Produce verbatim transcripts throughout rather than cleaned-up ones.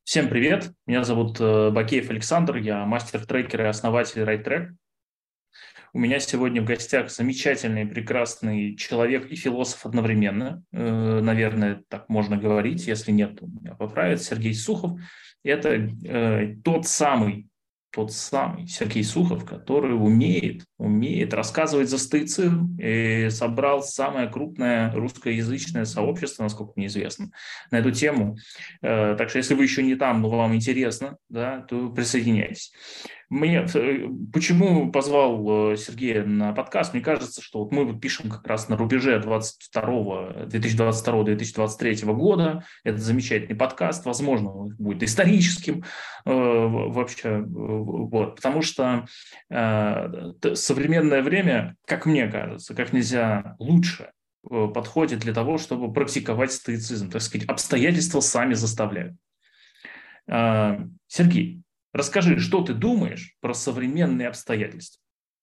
Всем привет, меня зовут э, Бакеев Александр, я мастер-трекер и основатель RideTrack. У меня сегодня в гостях замечательный, прекрасный человек и философ одновременно, Э, наверное, так можно говорить, если нет, то меня поправит, Сергей Сухов. Это э, тот самый, тот самый Сергей Сухов, который умеет, умеет рассказывать за стоицизм и собрал самое крупное русскоязычное сообщество, насколько мне известно, на эту тему. Э, Так что, если вы еще не там, но вам интересно, да, то присоединяйтесь. Мне, э, почему позвал э, Сергея на подкаст? Мне кажется, что вот мы вот пишем как раз на рубеже двадцать второго, две тысячи двадцать второго - две тысячи двадцать третьего года. Это замечательный подкаст, возможно, он будет историческим э, вообще, э, вот, потому что э, современное время, как мне кажется, как нельзя лучше э, подходит для того, чтобы практиковать стоицизм. Так сказать, обстоятельства сами заставляют. Э, Сергей, расскажи, что ты думаешь про современные обстоятельства?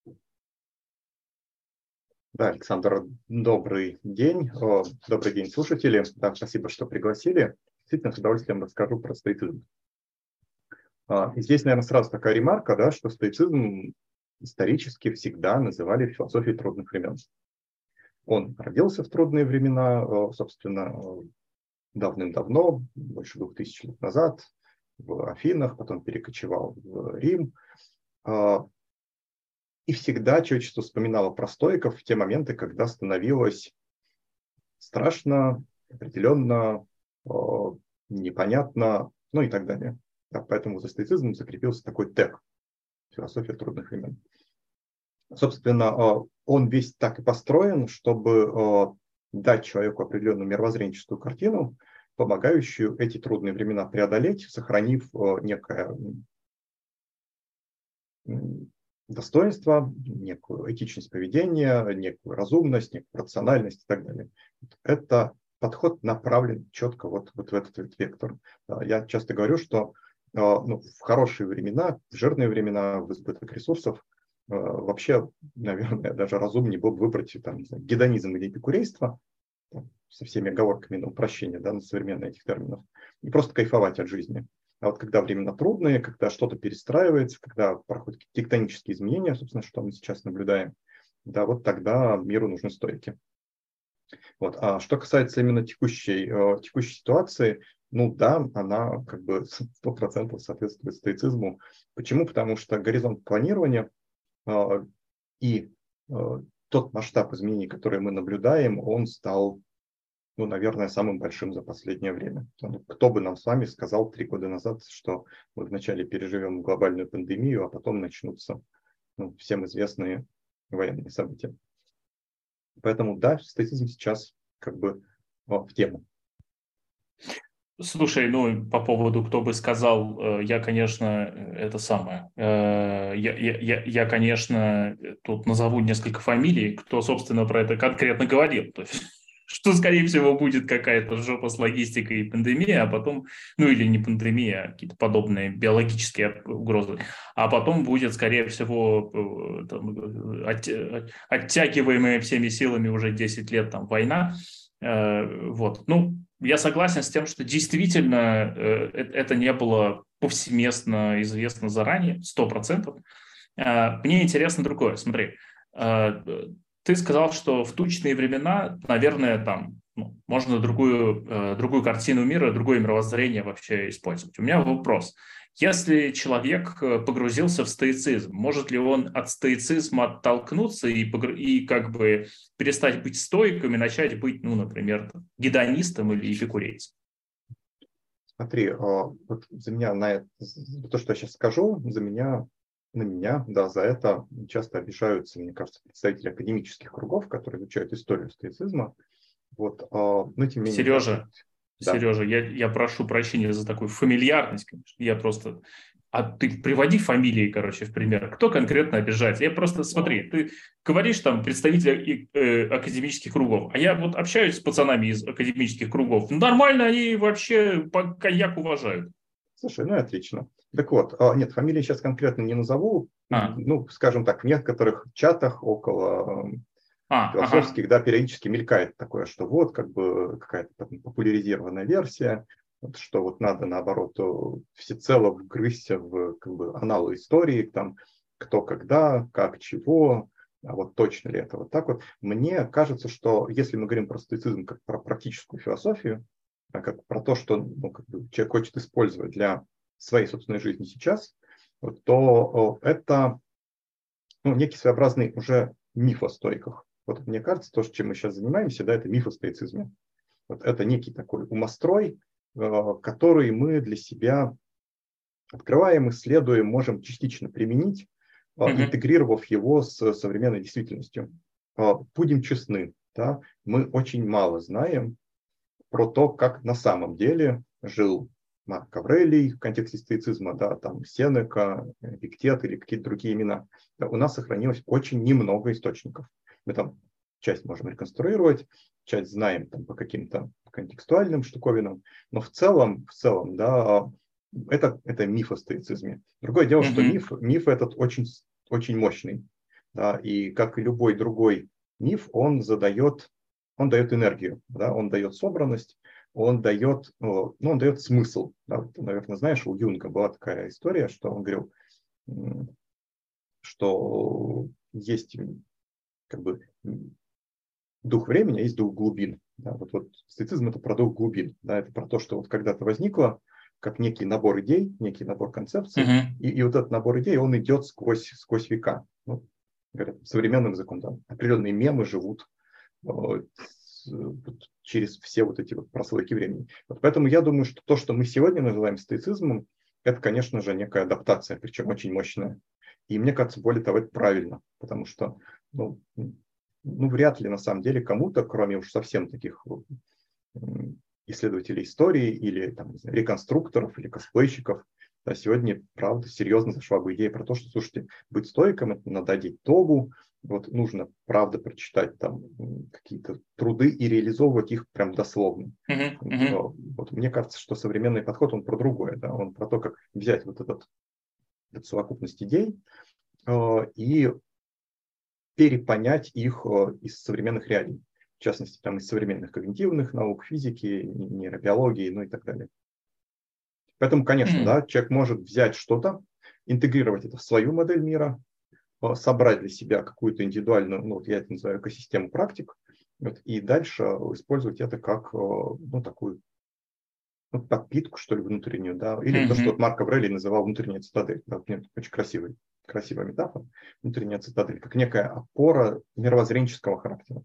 Да, Александр, добрый день. О, добрый день, слушатели. Да, спасибо, что пригласили. Действительно, с удовольствием расскажу про стоицизм. А, и здесь, наверное, сразу такая ремарка, да, что стоицизм исторически всегда называли философией трудных времен. Он родился в трудные времена, собственно, давным-давно, больше двух тысяч лет назад, в Афинах, потом перекочевал в Рим. И всегда человечество вспоминало про стоиков в те моменты, когда становилось страшно, определенно, непонятно, ну и так далее. Да, поэтому за стоицизмом закрепился такой тег – философия трудных времен. Собственно, он весь так и построен, чтобы дать человеку определенную мировоззренческую картину, помогающую эти трудные времена преодолеть, сохранив некое достоинство, некую этичность поведения, некую разумность, некую рациональность и так далее. Это подход направлен четко вот, вот в этот, этот вектор. Я часто говорю, что ну, в хорошие времена, в жирные времена, в избыток ресурсов, вообще, наверное, даже разумнее было бы выбрать там, не знаю, гедонизм или эпикурейство, со всеми оговорками на упрощение, да, на современные этих терминов, и просто кайфовать от жизни. А вот когда времена трудные, когда что-то перестраивается, когда проходят тектонические изменения, собственно, что мы сейчас наблюдаем, да, вот тогда миру нужны стойки. Вот. А что касается именно текущей, текущей ситуации, ну да, она как бы сто процентов соответствует стоицизму. Почему? Потому что горизонт планирования э, и э, тот масштаб изменений, которые мы наблюдаем, он стал, ну, наверное, самым большим за последнее время. Кто бы нам с вами сказал три года назад, что мы вначале переживем глобальную пандемию, а потом начнутся, ну, всем известные военные события. Поэтому да, стоицизм сейчас как бы в тему. Слушай, ну, по поводу, кто бы сказал, я, конечно, это самое, я, я, я, я, конечно, тут назову несколько фамилий, кто, собственно, про это конкретно говорил. То есть, что, скорее всего, будет какая-то жопа с логистикой и пандемией, а потом, ну, или не пандемия, а какие-то подобные биологические угрозы, а потом будет, скорее всего, там, от, оттягиваемая всеми силами уже десять лет там война. Вот, ну, я согласен с тем, что действительно э, это не было повсеместно известно заранее, сто процентов. Э, мне интересно другое. Смотри, э, ты сказал, что в тучные времена, наверное, там ну, можно другую, э, другую картину мира, другое мировоззрение вообще использовать. У меня вопрос. Если человек погрузился в стоицизм, может ли он от стоицизма оттолкнуться и, и как бы перестать быть стоиком и начать быть, ну, например, гедонистом или эпикурейцем? Смотри, вот за меня на это, то, что я сейчас скажу, за меня, на меня, да, за это часто обижаются, мне кажется, представители академических кругов, которые изучают историю стоицизма. Вот, но тем не менее, Сережа, да. Сережа, я, я прошу прощения за такую фамильярность, конечно. Я просто... А ты приводи фамилии, короче, в пример. Кто конкретно обижается? Я просто, смотри, ты говоришь там представители э, академических кругов, а я вот общаюсь с пацанами из академических кругов. Ну, нормально, они вообще по коньяк уважают. Слушай, ну и отлично. Так вот, нет, фамилии сейчас конкретно не назову. А. Ну, скажем так, в некоторых чатах около А, философских, ага. да, периодически мелькает такое, что вот как бы какая-то популяризированная версия, вот, что вот надо, наоборот, всецело вгрызться в как бы, аналы истории, там, кто, когда, как, чего, а вот точно ли это вот так вот. Мне кажется, что если мы говорим про стоицизм как про практическую философию, как про то, что ну, как бы человек хочет использовать для своей собственной жизни сейчас, то это ну, некий своеобразный уже миф о стоиках. Вот мне кажется, то, чем мы сейчас занимаемся, да, это миф о стоицизме. Вот это некий такой умострой, который мы для себя открываем, исследуем, можем частично применить, mm-hmm. интегрировав его с современной действительностью. Будем честны, да, мы очень мало знаем про то, как на самом деле жил Марк Аврелий в контексте стоицизма, да, там Сенека, Эпиктет или какие-то другие имена. Да, у нас сохранилось очень немного источников. Мы там часть можем реконструировать, часть знаем там, по каким-то контекстуальным штуковинам, но в целом, в целом, да, это, это миф о стоицизме. Другое дело, mm-hmm. что миф, миф этот очень, очень мощный, да, и как и любой другой миф, он задает, он дает энергию, да, он дает собранность, он дает, ну, он дает смысл. Да. Ты, наверное, знаешь, у Юнга была такая история, что он говорил, что есть как бы дух времени, а есть дух глубин. Да. Вот, вот стоицизм – это про дух глубин. Да. Это про то, что вот когда-то возникло как некий набор идей, некий набор концепций, uh-huh. и, и вот этот набор идей, он идет сквозь, сквозь века. Ну, говорят, современным языком, да, определенные мемы живут вот, через все вот эти вот прослойки времени. Вот поэтому я думаю, что то, что мы сегодня называем стоицизмом, это, конечно же, некая адаптация, причем очень мощная. И мне кажется, более того, это правильно, потому что ну, ну, вряд ли на самом деле кому-то, кроме уж совсем таких исследователей истории или там, не знаю, реконструкторов или косплейщиков, да, сегодня, правда, серьезно зашла бы идея про то, что, слушайте, быть стоиком – это надо одеть тогу, вот нужно, правда, прочитать там какие-то труды и реализовывать их прям дословно. Uh-huh, uh-huh. Вот, мне кажется, что современный подход, он про другое, да, он про то, как взять вот этот, эту совокупность идей э, и перепонять их э, из современных реалий. В частности, там, из современных когнитивных наук, физики, нейробиологии, ну и так далее. Поэтому, конечно, mm. да, человек может взять что-то, интегрировать это в свою модель мира, собрать для себя какую-то индивидуальную, ну, вот я это называю экосистему практик, вот, и дальше использовать это как, ну, такую ну, подпитку, что ли, внутреннюю, да, или mm-hmm. то, что вот Марк Аврелий называл внутренняя цитадель. Да, очень красивый, красивая метафора. Внутренняя цитадель, как некая опора мировоззренческого характера.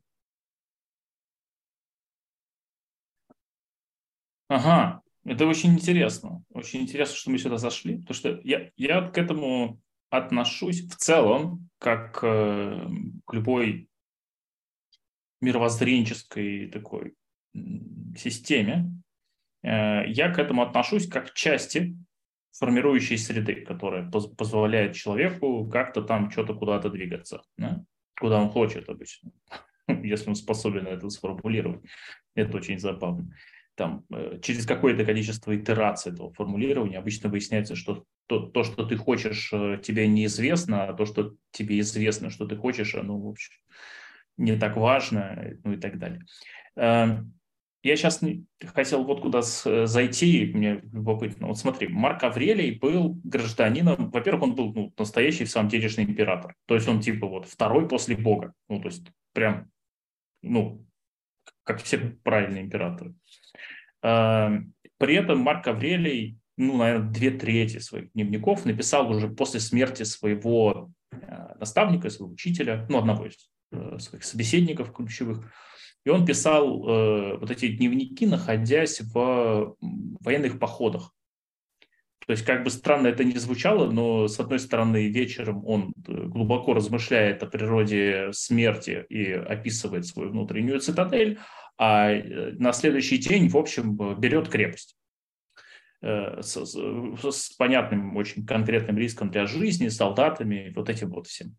Ага, это очень интересно. Очень интересно, что мы сюда зашли. Потому что я, я к этому отношусь в целом как э, к любой мировоззренческой такой системе. Э, я к этому отношусь как к части формирующей среды, которая поз- позволяет человеку как-то там что-то куда-то двигаться, да? Куда он хочет обычно, если он способен это сформулировать. Это очень забавно. Там, через какое-то количество итераций этого формулирования обычно выясняется, что то, то, что ты хочешь, тебе неизвестно, а то, что тебе известно, что ты хочешь, оно, в общем, не так важно, ну и так далее. Я сейчас хотел вот куда зайти, мне любопытно. Вот смотри, Марк Аврелий был гражданином, во-первых, он был ну, настоящий, в самом делешный император. То есть он типа вот второй после Бога. Ну, то есть прям, ну, как все правильные императоры. При этом Марк Аврелий, ну, наверное, две трети своих дневников написал уже после смерти своего наставника, своего учителя, ну, одного из своих собеседников ключевых. И он писал вот эти дневники, находясь в военных походах. То есть, как бы странно это ни звучало, но, с одной стороны, вечером он глубоко размышляет о природе смерти и описывает свою внутреннюю цитадель, а на следующий день, в общем, берет крепость с, с, с понятным, очень конкретным риском для жизни, солдатами, вот этим вот всем.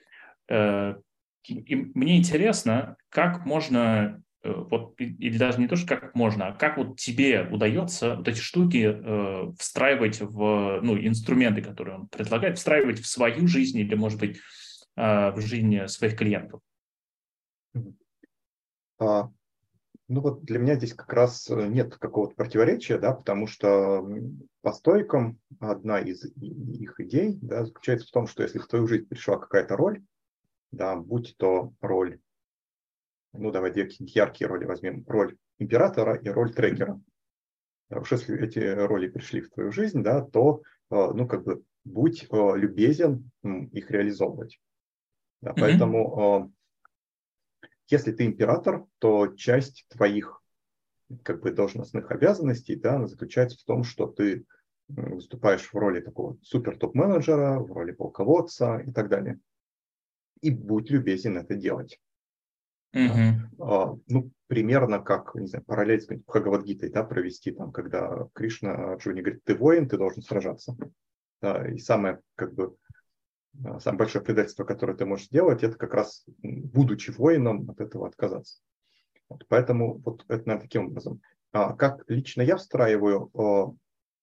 И мне интересно, как можно, вот, или даже не то, что как можно, а как вот тебе удается вот эти штуки э, встраивать в ну, инструменты, которые он предлагает, встраивать в свою жизнь или, может быть, э, в жизнь своих клиентов? А, Ну вот для меня здесь как раз нет какого-то противоречия, да, потому что по стоикам одна из их идей, да, заключается в том, что если в твою жизнь пришла какая-то роль, да, будь то роль, ну давай две яркие роли возьмем, роль императора и роль трекера. Уж если эти роли пришли в твою жизнь, да, то, ну как бы, будь любезен их реализовывать. Да, поэтому если ты император, то часть твоих как бы должностных обязанностей, да, она заключается в том, что ты выступаешь в роли такого супер топ-менеджера, в роли полководца и так далее. И будь любезен это делать. Mm-hmm. Да. Ну, примерно как, не знаю, параллель с Бхагавад-гитой, да, провести там, когда Кришна Арджуне говорит, ты воин, ты должен сражаться. Да, и самое, как бы, самое большое предательство, которое ты можешь сделать, это как раз, будучи воином, от этого отказаться. Вот, поэтому вот это, наверное, таким образом. А как лично я встраиваю, ну,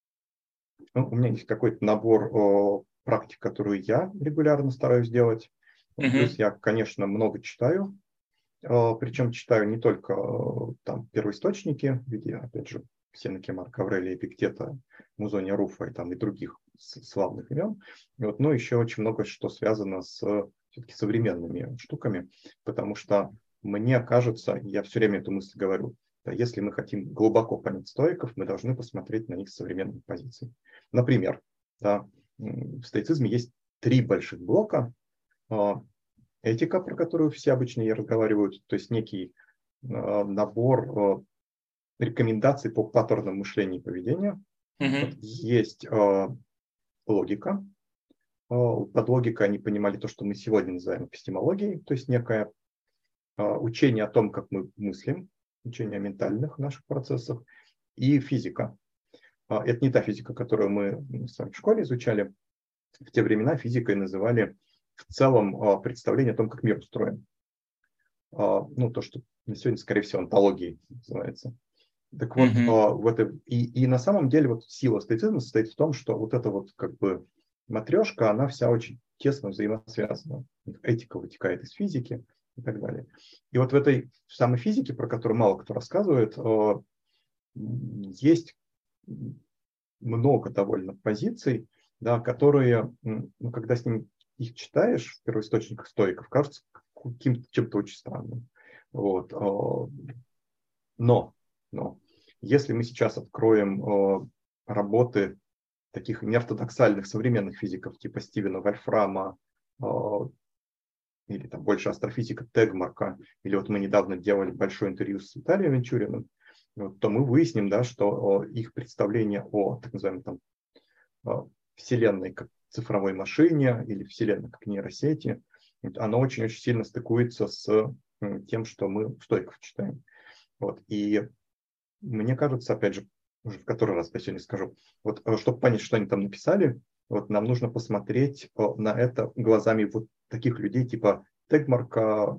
у меня есть какой-то набор практик, которую я регулярно стараюсь делать. Mm-hmm. Плюс я, конечно, много читаю. Причем читаю не только там первоисточники, в виде, опять же, Сенеки, Марка Аврелия, Эпиктета, Музония Руфа и, там, и других славных имен, вот, но еще очень много что связано с все-таки современными штуками, потому что мне кажется, я все время эту мысль говорю, да, если мы хотим глубоко понять стоиков, мы должны посмотреть на них с современных позиций. Например, да, в стоицизме есть три больших блока. Этика, про которую все обычно и разговаривают, то есть некий э, набор э, рекомендаций по паттернам мышления и поведения. Mm-hmm. Вот есть э, логика. Э, под логикой они понимали то, что мы сегодня называем эпистемологией, то есть некое э, учение о том, как мы мыслим, учение о ментальных наших процессах, и физика. Э, это не та физика, которую мы с вами в школе изучали. В те времена физикой называли в целом представление о том, как мир устроен. Ну, то, что сегодня, скорее всего, онтологией называется. Так вот, mm-hmm. в это, и, и на самом деле вот сила стоицизма состоит в том, что вот эта вот как бы матрешка, она вся очень тесно взаимосвязана. Этика вытекает из физики и так далее. И вот в этой самой физике, про которую мало кто рассказывает, есть много довольно позиций, да, которые, ну, когда с ним их читаешь в первоисточниках стоиков, кажется каким-то чем-то очень странным. Вот. Но, но если мы сейчас откроем работы таких неортодоксальных современных физиков, типа Стивена Вольфрама, или там больше астрофизика Тегмарка, или вот мы недавно делали большое интервью с Виталием Венчуриным, вот, то мы выясним, да, что их представление о так называемой там, Вселенной как цифровой машине или Вселенной как нейросети, оно очень-очень сильно стыкуется с тем, что мы в стоиков читаем. Вот. И мне кажется, опять же, уже в который раз я сегодня скажу, вот, чтобы понять, что они там написали, вот, нам нужно посмотреть на это глазами вот таких людей типа Тегмарка,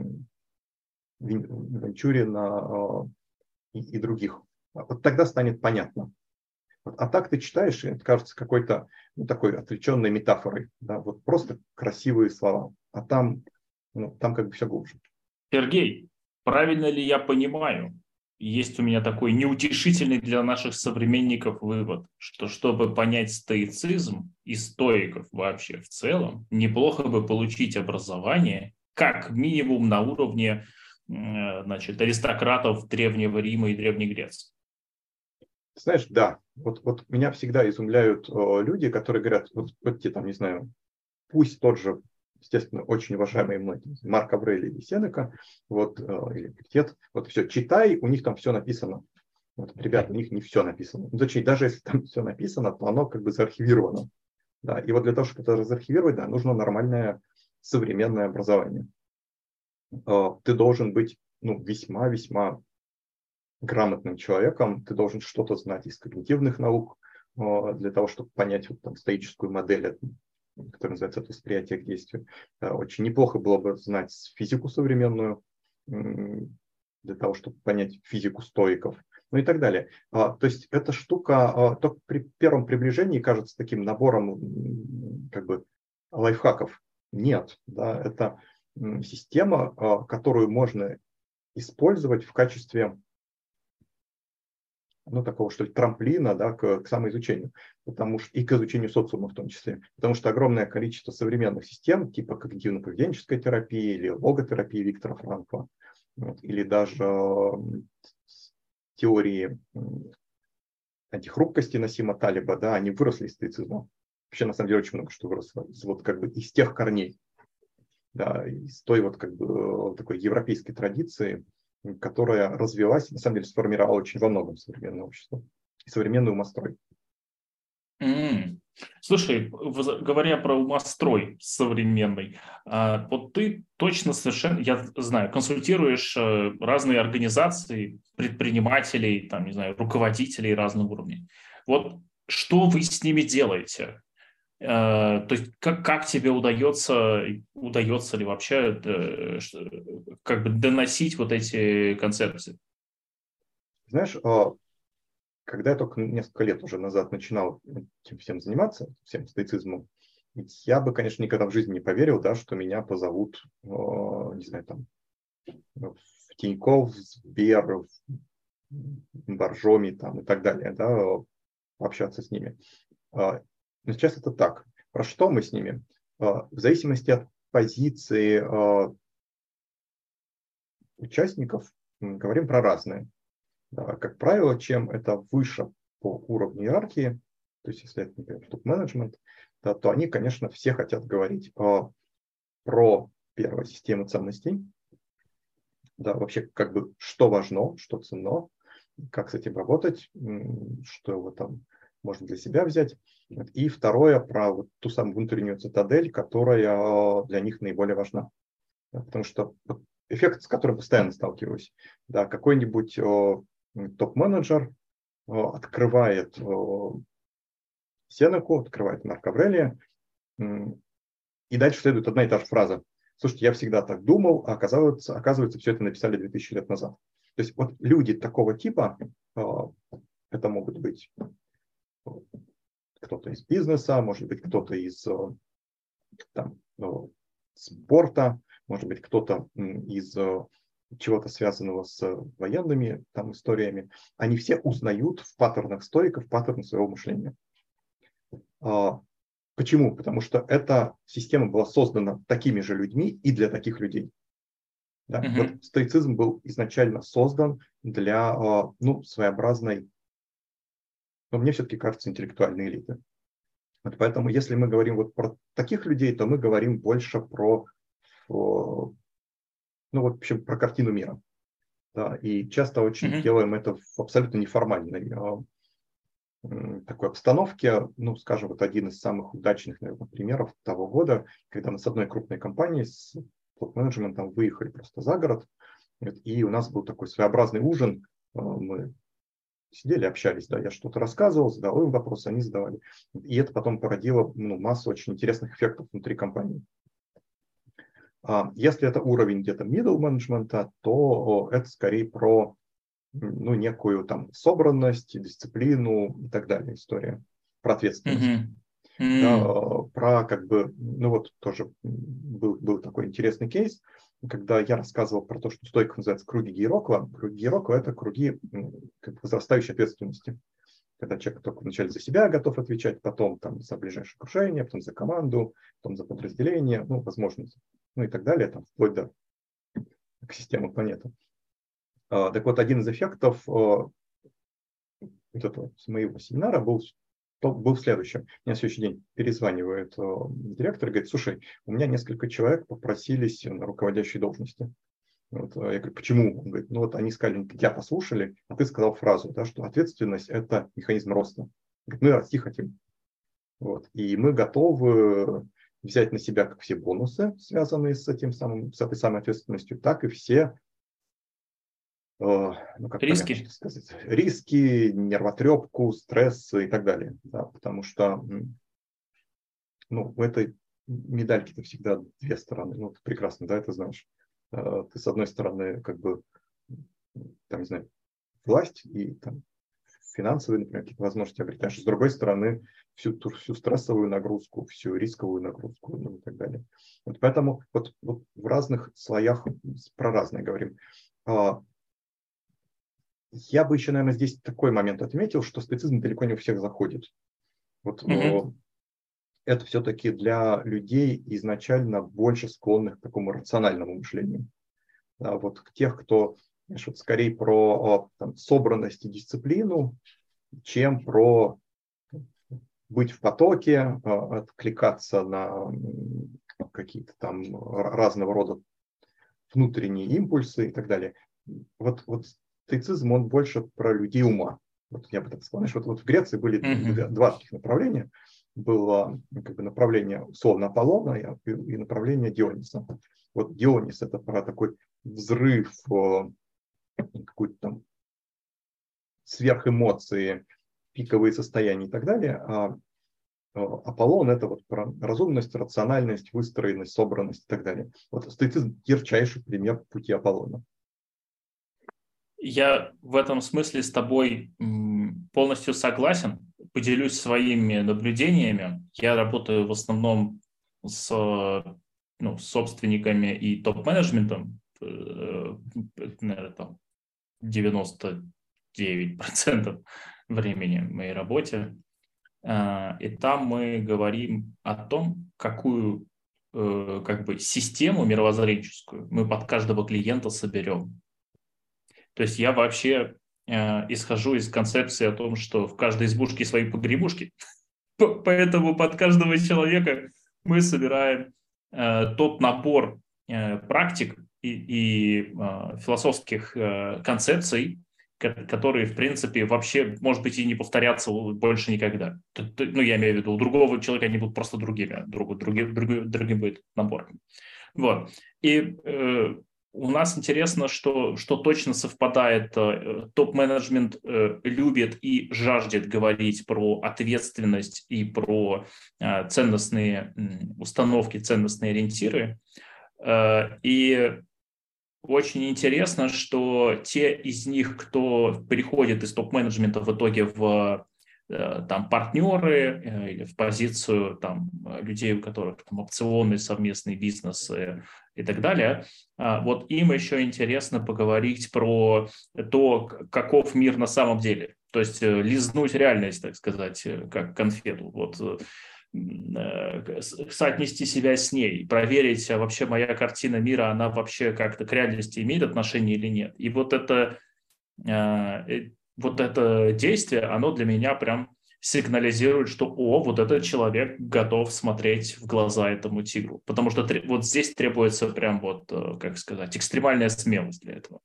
Венчурина и, и других. Вот тогда станет понятно. А так ты читаешь, и это кажется какой-то, ну, такой отвлеченной метафорой. Да? Вот просто красивые слова. А там, ну, там как бы все глубже. Сергей, правильно ли я понимаю, есть у меня такой неутешительный для наших современников вывод, что чтобы понять стоицизм и стоиков вообще в целом, неплохо бы получить образование как минимум на уровне, значит, аристократов Древнего Рима и Древней Греции. Знаешь, да, вот, вот меня всегда изумляют о, люди, которые говорят, вот, вот те там, не знаю, пусть тот же, естественно, очень уважаемый мной Марк Аврелий или Сенека, вот, или Эпиктет, вот все, читай, у них там все написано. Вот, ребят, у них не все написано. Ну, точнее, даже если там все написано, то оно как бы заархивировано. Да, и вот для того, чтобы это заархивировать, да, нужно нормальное современное образование. Ты должен быть, ну, весьма-весьма грамотным человеком, ты должен что-то знать из когнитивных наук для того, чтобы понять вот, там, стоическую модель, которая называется от восприятия к действию. Очень неплохо было бы знать физику современную для того, чтобы понять физику стоиков, ну и так далее. То есть эта штука только при первом приближении кажется таким набором как бы лайфхаков. Нет, да, это система, которую можно использовать в качестве ну, такого, что ли, трамплина, да, к, к самоизучению, потому что, и к изучению социума в том числе. Потому что огромное количество современных систем, типа когнитивно-поведенческой терапии или логотерапии Виктора Франкла, вот, или даже м, теории м, антихрупкости Насима Талиба, да, они выросли из стоицизма. Вообще, на самом деле, очень много что выросло из, вот, как бы, из тех корней, да, из той вот как бы такой европейской традиции, которая развилась, на самом деле сформировала очень во многом современное общество и современный умострой. М. Слушай, воз- говоря про умострой современный, а, вот ты точно совершенно, я знаю, консультируешь э, разные организации, предпринимателей, там, не знаю, руководителей разных уровней. Вот что вы с ними делаете? Э, То есть как, как тебе удается, удается ли вообще э, ш- как бы доносить вот эти концепции? Знаешь, а, когда я только несколько лет уже назад начинал этим всем заниматься, всем стоицизмом, ведь я бы, конечно, никогда в жизни не поверил, да, что меня позовут, э, не знаю, там, в Тинькофф, в Сбер, в Боржоми там, и так далее, да, общаться с ними. А, Но сейчас это так. Про что мы с ними? А, В зависимости от позиции а, участников м, говорим про разное. Да, как правило, чем это выше по уровню иерархии, то есть если это, например, топ-менеджмент, да, то они, конечно, все хотят говорить а, про, первое, систему ценностей, да, вообще как бы что важно, что ценно, как с этим работать, м, что его там можно для себя взять. Вот. И второе, про вот ту самую внутреннюю цитадель, которая для них наиболее важна. Да, потому что вот эффект, с которым постоянно сталкиваюсь, да, какой-нибудь о, м, топ-менеджер о, открывает о, Сенеку, открывает Марко Аврелия, м, и дальше следует одна и та же фраза. Слушайте, я всегда так думал, а оказывается, оказывается, все это написали две тысячи лет назад. То есть вот люди такого типа, а, это могут быть э, кто-то из бизнеса, может быть, кто-то из э, там, э, спорта, может быть, кто-то м, из э, чего-то связанного с военными там, историями. Они все узнают в паттернах стоиков паттерны своего мышления. А, Почему? Потому что эта система была создана такими же людьми и для таких людей. Да? Вот Мгм. стоицизм был изначально создан для а, ну, своеобразной, но мне все-таки кажется, интеллектуальной элиты. Вот поэтому, если мы говорим вот про таких людей, то мы говорим больше про, о, ну, вот, в общем, про картину мира. Да? И часто очень Мгм. делаем это в абсолютно неформальной а, м, такой обстановке. Ну, скажем, вот один из самых удачных, наверное, примеров того года, когда мы с одной крупной компанией, с топ-менеджментом выехали просто за город, вот, и у нас был такой своеобразный ужин. А, Мы сидели, общались, да, я что-то рассказывал, задавал им вопросы, они задавали. И это потом породило, ну, массу очень интересных эффектов внутри компании. А если это уровень где-то middle менеджмента, то это скорее про, ну, некую там собранность, дисциплину и так далее история, про ответственность. Мгм. Да, М. про как бы, ну вот тоже был, был такой интересный кейс, когда я рассказывал про то, что в стойках называется круги Гейрокла. Круги Гейрокла – это круги м, как бы возрастающей ответственности. Когда человек только вначале за себя готов отвечать, потом там за ближайшее окружение, потом за команду, потом за подразделение, ну, возможно, ну и так далее, там, вплоть до к системы планеты. А, Так вот, один из эффектов а, вот этого с моего семинара был, то был в следующем. Мне на следующий день перезванивает а, директор и говорит: слушай, у меня несколько человек попросились на руководящие должности. Вот, а я говорю: почему? Он говорит: ну вот они сказали, тебя послушали, а ты сказал фразу, да, что ответственность – это механизм роста. Говорит: мы расти хотим. Вот, и мы готовы взять на себя как все бонусы, связанные с этим самым, с этой самой ответственностью, так и все, э, ну как помягче Риски? это сказать, риски, нервотрепку, стресс и так далее. Да, потому что м, ну, у этой медальки-то всегда две стороны. Ну, ты прекрасно, да, это знаешь. Э, Ты, с одной стороны, как бы, там, не знаю, власть и там, финансовые, например, какие-то возможности обретаешь. С другой стороны, всю, ту, всю стрессовую нагрузку, всю рисковую нагрузку, ну, и так далее. Вот поэтому вот, вот в разных слоях про разное говорим. А, Я бы еще, наверное, здесь такой момент отметил, что стоицизм далеко не у всех заходит. Вот Угу. это все-таки для людей изначально больше склонных к такому рациональному мышлению. Да, вот к тех, кто, знаешь, вот скорее про там, собранность и дисциплину, чем про быть в потоке, откликаться на какие-то там разного рода внутренние импульсы и так далее. Вот, вот стоицизм, он больше про людей ума. Вот я бы так сказал. Знаешь, вот, вот в Греции были Угу. два таких направления. Было как бы направление условно Аполлона и, и направление Диониса. Вот Дионис – это про такой взрыв, какой-то там сверхэмоции, пиковые состояния и так далее. А Аполлон – это вот про разумность, рациональность, выстроенность, собранность и так далее. Вот стоицизм – ярчайший пример пути Аполлона. Я в этом смысле с тобой полностью согласен. Поделюсь своими наблюдениями. Я работаю в основном с, ну, собственниками и топ-менеджментом. Наверное, там девяносто девять процентов времени в моей работе. И там мы говорим о том, какую как бы систему мировоззренческую мы под каждого клиента соберем. То есть я вообще э, исхожу из концепции о том, что в каждой избушке свои погребушки. Поэтому под каждого человека мы собираем э, тот набор э, практик и, и э, философских э, концепций, которые, в принципе, вообще, может быть, и не повторятся больше никогда. Ну, я имею в виду, у другого человека они будут просто другими, друг, другим, другим, другим будет набор. Вот. И э, у нас интересно, что, что точно совпадает. Э, топ-менеджмент э, любит и жаждет говорить про ответственность и про э, ценностные э, установки, ценностные ориентиры. Э, и очень интересно, что те из них, кто приходит из топ-менеджмента в итоге в там партнеры или в позицию там людей, у которых там опционный совместный бизнес и так далее, вот им еще интересно поговорить про то, каков мир на самом деле. То есть лизнуть реальность, так сказать, как конфету. Вот соотнести себя с ней, проверить, а вообще моя картина мира, она вообще как-то к реальности имеет отношение или нет. И вот это, вот это действие, оно для меня прям сигнализирует, что о, вот этот человек готов смотреть в глаза этому тигру. Потому что вот здесь требуется прям вот, как сказать, экстремальная смелость для этого.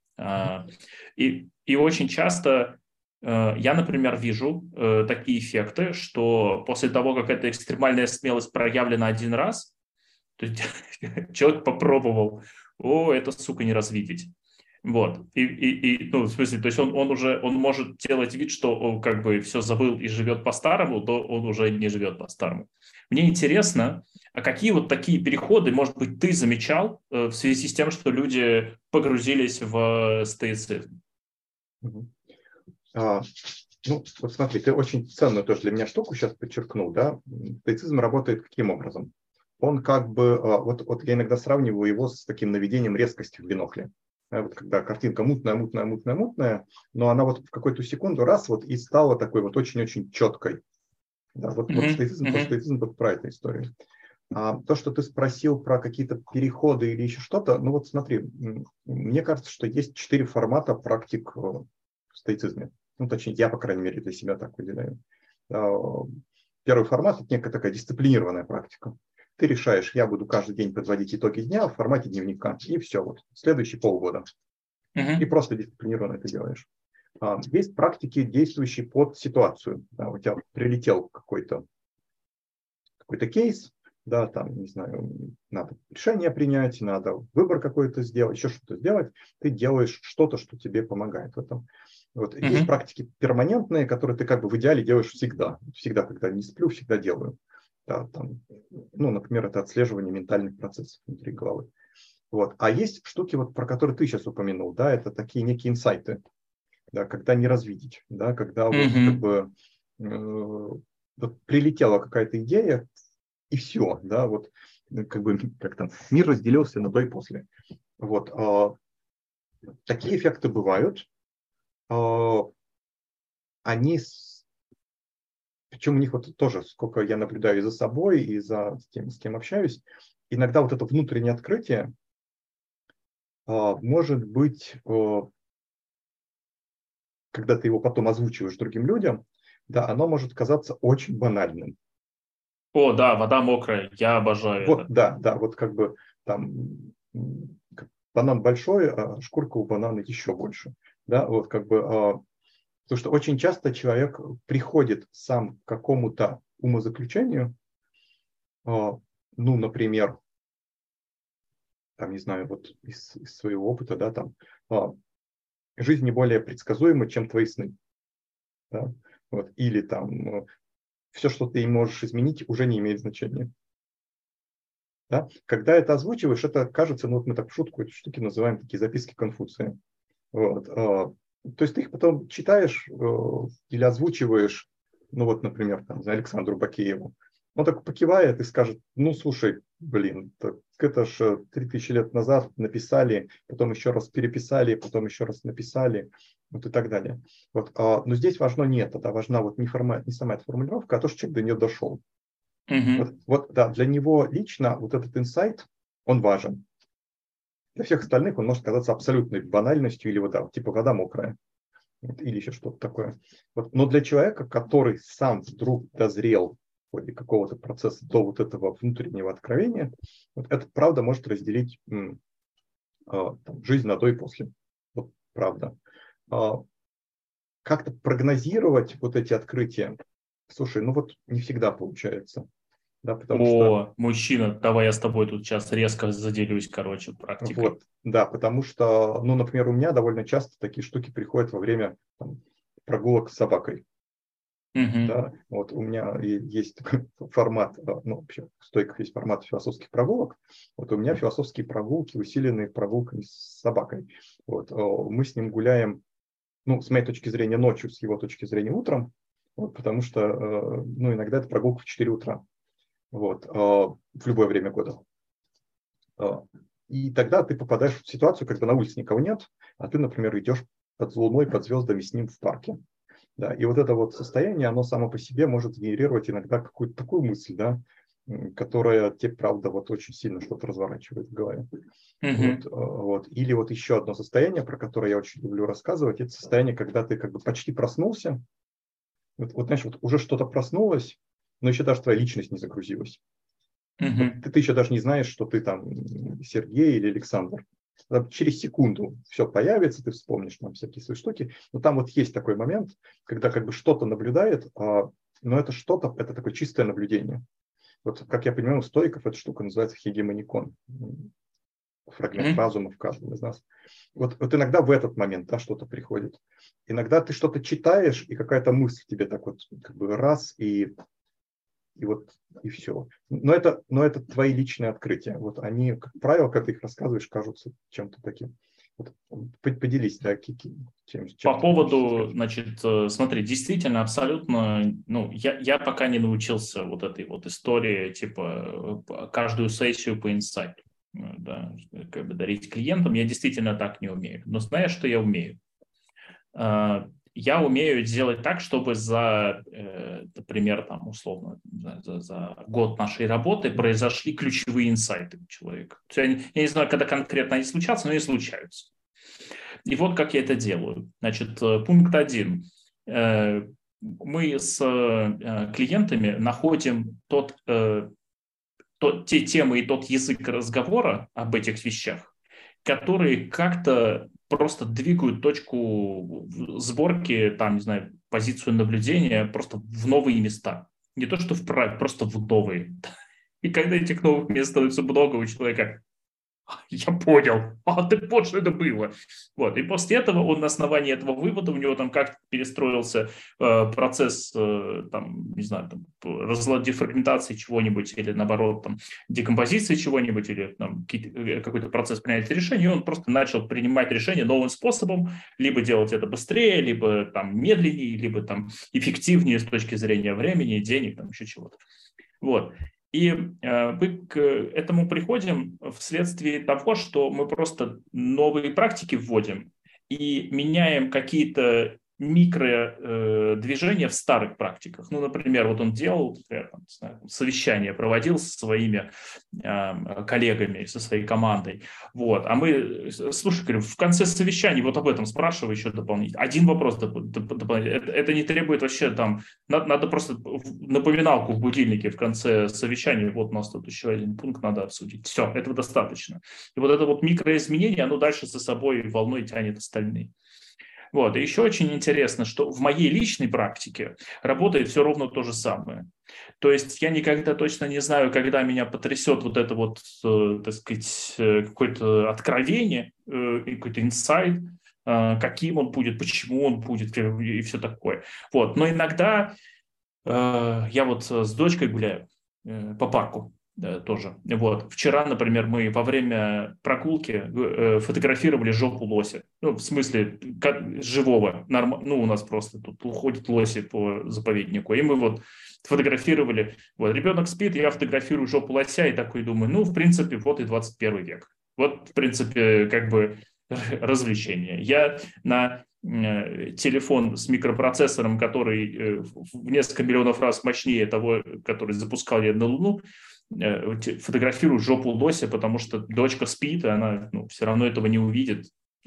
И, и очень часто я, например, вижу э, такие эффекты, что после того, как эта экстремальная смелость проявлена один раз, то есть человек попробовал, о, это, сука, не развидеть. Вот. И, и, и, ну, в смысле, то есть он, он уже он может делать вид, что он как бы все забыл и живет по-старому, то он уже не живет по-старому. Мне интересно, а какие вот такие переходы, может быть, ты замечал э, в связи с тем, что люди погрузились в стоицизм? А, ну, вот смотри, ты очень ценную тоже для меня штуку сейчас подчеркнул, да? Стоицизм работает каким образом? Он как бы, вот, вот я иногда сравниваю его с таким наведением резкости в бинокле. Вот когда картинка мутная, мутная, мутная, мутная, но она вот в какую-то секунду раз вот и стала такой вот очень-очень четкой. Да, вот, вот Uh-huh, стоицизм, то uh-huh. стоицизм вот про эту историю. А то, что ты спросил про какие-то переходы или еще что-то, ну вот смотри, мне кажется, что есть четыре формата практик в стоицизме. Ну, точнее, я, по крайней мере, для себя так выделяю. Первый формат – это некая такая дисциплинированная практика. Ты решаешь, я буду каждый день подводить итоги дня в формате дневника, и все, вот, следующие полгода. Uh-huh. И просто дисциплинированно это делаешь. Есть практики, действующие под ситуацию. Да, у тебя прилетел какой-то какой-то кейс, да, там, не знаю, надо решение принять, надо выбор какой-то сделать, еще что-то сделать, ты делаешь что-то, что тебе помогает в этом. Вот. Uh-huh. Есть практики перманентные, которые ты как бы в идеале делаешь всегда. Всегда, когда не сплю, всегда делаю. Да, там, ну, например, это отслеживание ментальных процессов внутри головы. Вот. А есть штуки, вот, про которые ты сейчас упомянул, да, это такие некие инсайты, да, когда не развидеть, да, когда uh-huh. вот как бы э, вот прилетела какая-то идея, и все, да, вот как бы как там мир разделился на до и после. Вот. Такие эффекты бывают. они, причем у них вот тоже, сколько я наблюдаю и за собой, и за тем, с кем общаюсь, иногда вот это внутреннее открытие может быть, когда ты его потом озвучиваешь другим людям, да, оно может казаться очень банальным. О, да, вода мокрая, я обожаю Вот, это. да, да, вот как бы там банан большой, а шкурка у банана еще больше. Да, вот как бы, а, потому что очень часто человек приходит сам к какому-то умозаключению, а, ну, например, там, не знаю, вот из, из своего опыта, да, там, а, жизнь не более предсказуема, чем твои сны. Да? Вот, или там, все, что ты можешь изменить, уже не имеет значения. Да? Когда это озвучиваешь, это кажется, ну вот мы так в шутку эти штуки называем такие записки Конфуция. Вот. То есть ты их потом читаешь или озвучиваешь, ну вот, например, там, за Александру Бакееву. Он так покивает и скажет: ну, слушай, блин, так это ж три тысячи лет назад написали, потом еще раз переписали, потом еще раз написали, вот и так далее. Вот. Но здесь важно не это, да, важна вот не, формат, не сама эта формулировка, а то, что человек до нее дошел. Вот, Угу. вот, да, для него лично вот этот инсайт, он важен. Для всех остальных он может казаться абсолютной банальностью или вот, да, типа вода мокрая, вот, или еще что-то такое. Вот. Но для человека, который сам вдруг дозрел в ходе какого-то процесса до вот этого внутреннего откровения, вот это правда может разделить м, а, там, жизнь на до и после. Вот правда. А, как-то прогнозировать вот эти открытия, слушай, ну вот не всегда получается. Да, потому что О, мужчина, давай я с тобой тут сейчас резко заделюсь, короче, практикой. Вот, да, потому что, ну, например, у меня довольно часто такие штуки приходят во время там, прогулок с собакой. Угу. Да, вот у меня есть такой формат, ну, вообще в стойках есть формат философских прогулок. Вот у меня философские прогулки усилены прогулками с собакой. Вот, мы с ним гуляем, ну, с моей точки зрения, ночью, с его точки зрения, утром, вот, потому что, ну, иногда это прогулка в четыре утра, вот, в любое время года. И тогда ты попадаешь в ситуацию, когда на улице никого нет, а ты, например, идешь под луной, под звездами с ним в парке. Да, и вот это вот состояние, оно само по себе может генерировать иногда какую-то такую мысль, да, которая тебе, правда, вот очень сильно что-то разворачивает в голове. Вот, Угу. вот. Или вот еще одно состояние, про которое я очень люблю рассказывать, это состояние, когда ты как бы почти проснулся, вот, вот знаешь, вот уже что-то проснулось, но еще даже твоя личность не загрузилась. Вот Угу. ты, ты еще даже не знаешь, что ты там Сергей или Александр. Там через секунду все появится, ты вспомнишь там всякие свои штуки. Но там вот есть такой момент, когда как бы что-то наблюдает, а, но это что-то, это такое чистое наблюдение. Вот как я понимаю, у стоиков эта штука называется хегемоникон. Фрагмент Угу. разума в каждом из нас. Вот, вот иногда в этот момент, да, что-то приходит. Иногда ты что-то читаешь, и какая-то мысль тебе так вот как бы раз, и и вот и все. Но это, но это твои личные открытия. Вот они, как правило, когда ты их рассказываешь, кажутся чем-то таким. Вот, поделись, да, чем, чем По ты таким поводу, встречаешься. значит, э, смотри, действительно, абсолютно, ну, я, я пока не научился вот этой вот истории, типа, э, каждую сессию по инсайту, э, да, как бы дарить клиентам, я действительно так не умею. Но знаешь, что я умею? Э, Я умею сделать так, чтобы за, э, например, там, условно, за, за год нашей работы произошли ключевые инсайты у человека. То есть я, я не знаю, когда конкретно они случатся, но они случаются. И вот как я это делаю. Значит, э, пункт один. Э, Мы с э, клиентами находим тот, э, тот, те темы и тот язык разговора об этих вещах, которые как-то просто двигают точку сборки, там, не знаю, позицию наблюдения просто в новые места. Не то, что в праве, просто в новые. И когда этих новых мест становится много у человека, я понял. А ты понял, что это было. Вот. И после этого он на основании этого вывода, у него там как-то перестроился э, процесс, э, там, не знаю, там, разлад дефрагментации чего-нибудь, или наоборот, там, декомпозиции чего-нибудь, или там, какой-то процесс принятия решений, и он просто начал принимать решения новым способом, либо делать это быстрее, либо там медленнее, либо там эффективнее с точки зрения времени, денег, там еще чего-то. Вот. И э, мы к этому приходим вследствие того, что мы просто новые практики вводим, и меняем какие-то микродвижения в старых практиках. Ну, например, вот он делал, например, там, не знаю, совещание проводил со своими э, коллегами, со своей командой. Вот. А мы, слушай, говорю, в конце совещания вот об этом спрашиваю еще дополнительно. Один вопрос доп- доп- дополнительно. Это, это не требует вообще там, надо, надо просто напоминалку в будильнике в конце совещания, вот у нас тут еще один пункт надо обсудить. Все, этого достаточно. И вот это вот микроизменение, оно дальше за собой волной тянет остальные. Вот. И еще очень интересно, что в моей личной практике работает все ровно то же самое. То есть я никогда точно не знаю, когда меня потрясет вот это вот, э, так сказать, э, какое-то откровение, э, какой-то инсайт, э, каким он будет, почему он будет и все такое. Вот. Но иногда э, я вот с дочкой гуляю э, по парку. Да, тоже. Вот. Вчера, например, мы во время прогулки э, фотографировали жопу лося. Ну, в смысле, как, живого. Норм... Ну, у нас просто тут уходят лоси по заповеднику. И мы вот фотографировали. Вот, ребенок спит, я фотографирую жопу лося и такой думаю, ну, в принципе, вот и двадцать первый век. Вот, в принципе, как бы развлечение. Я на э, телефон с микропроцессором, который э, в несколько миллионов раз мощнее того, который запускал я на Луну, фотографирую жопу лося, потому что дочка спит, и она ну, все равно этого не увидит.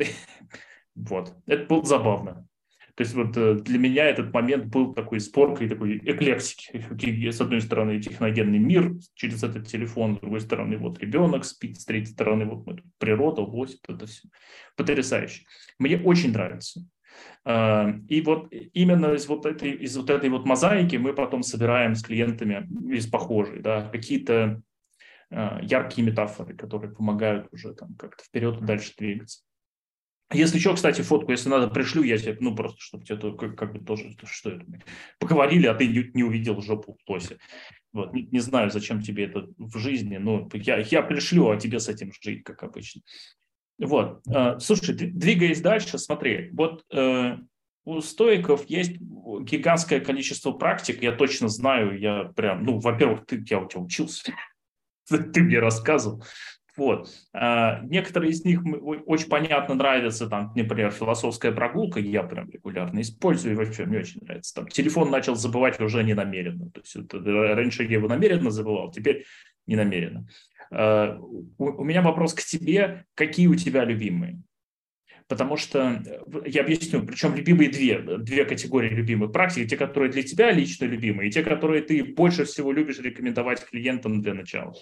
Вот. Это было забавно. То есть вот для меня этот момент был такой споркой, такой эклектики. С одной стороны, техногенный мир через этот телефон, с другой стороны, вот ребенок спит, с третьей стороны, вот природа, лось, это все потрясающе. Мне очень нравится. И вот именно из вот этой, из вот этой вот мозаики мы потом собираем с клиентами из похожей, да, какие-то яркие метафоры, которые помогают уже там как-то вперед и дальше двигаться. Если что, кстати, фотку, если надо, пришлю, я тебе, ну, просто, чтобы тебе то, как, как бы тоже, что это, мы поговорили, а ты не, не увидел жопу лося. Вот, не, не знаю, зачем тебе это в жизни, но я, я пришлю, а тебе с этим жить, как обычно. Вот, слушай, двигаясь дальше, смотри, вот э, у стоиков есть гигантское количество практик, я точно знаю, я прям, ну, во-первых, ты, я у тебя учился, ты мне рассказывал. Вот. А, некоторые из них очень понятно нравятся, там, например, философская прогулка, я прям регулярно использую, и вообще мне очень нравится. Там, телефон начал забывать уже не намеренно. То есть это, раньше я его намеренно забывал, теперь не намеренно. А, у, у меня вопрос к тебе, какие у тебя любимые? Потому что, я объясню, причем любимые две, две категории любимых практик, те, которые для тебя лично любимые, и те, которые ты больше всего любишь рекомендовать клиентам для начала.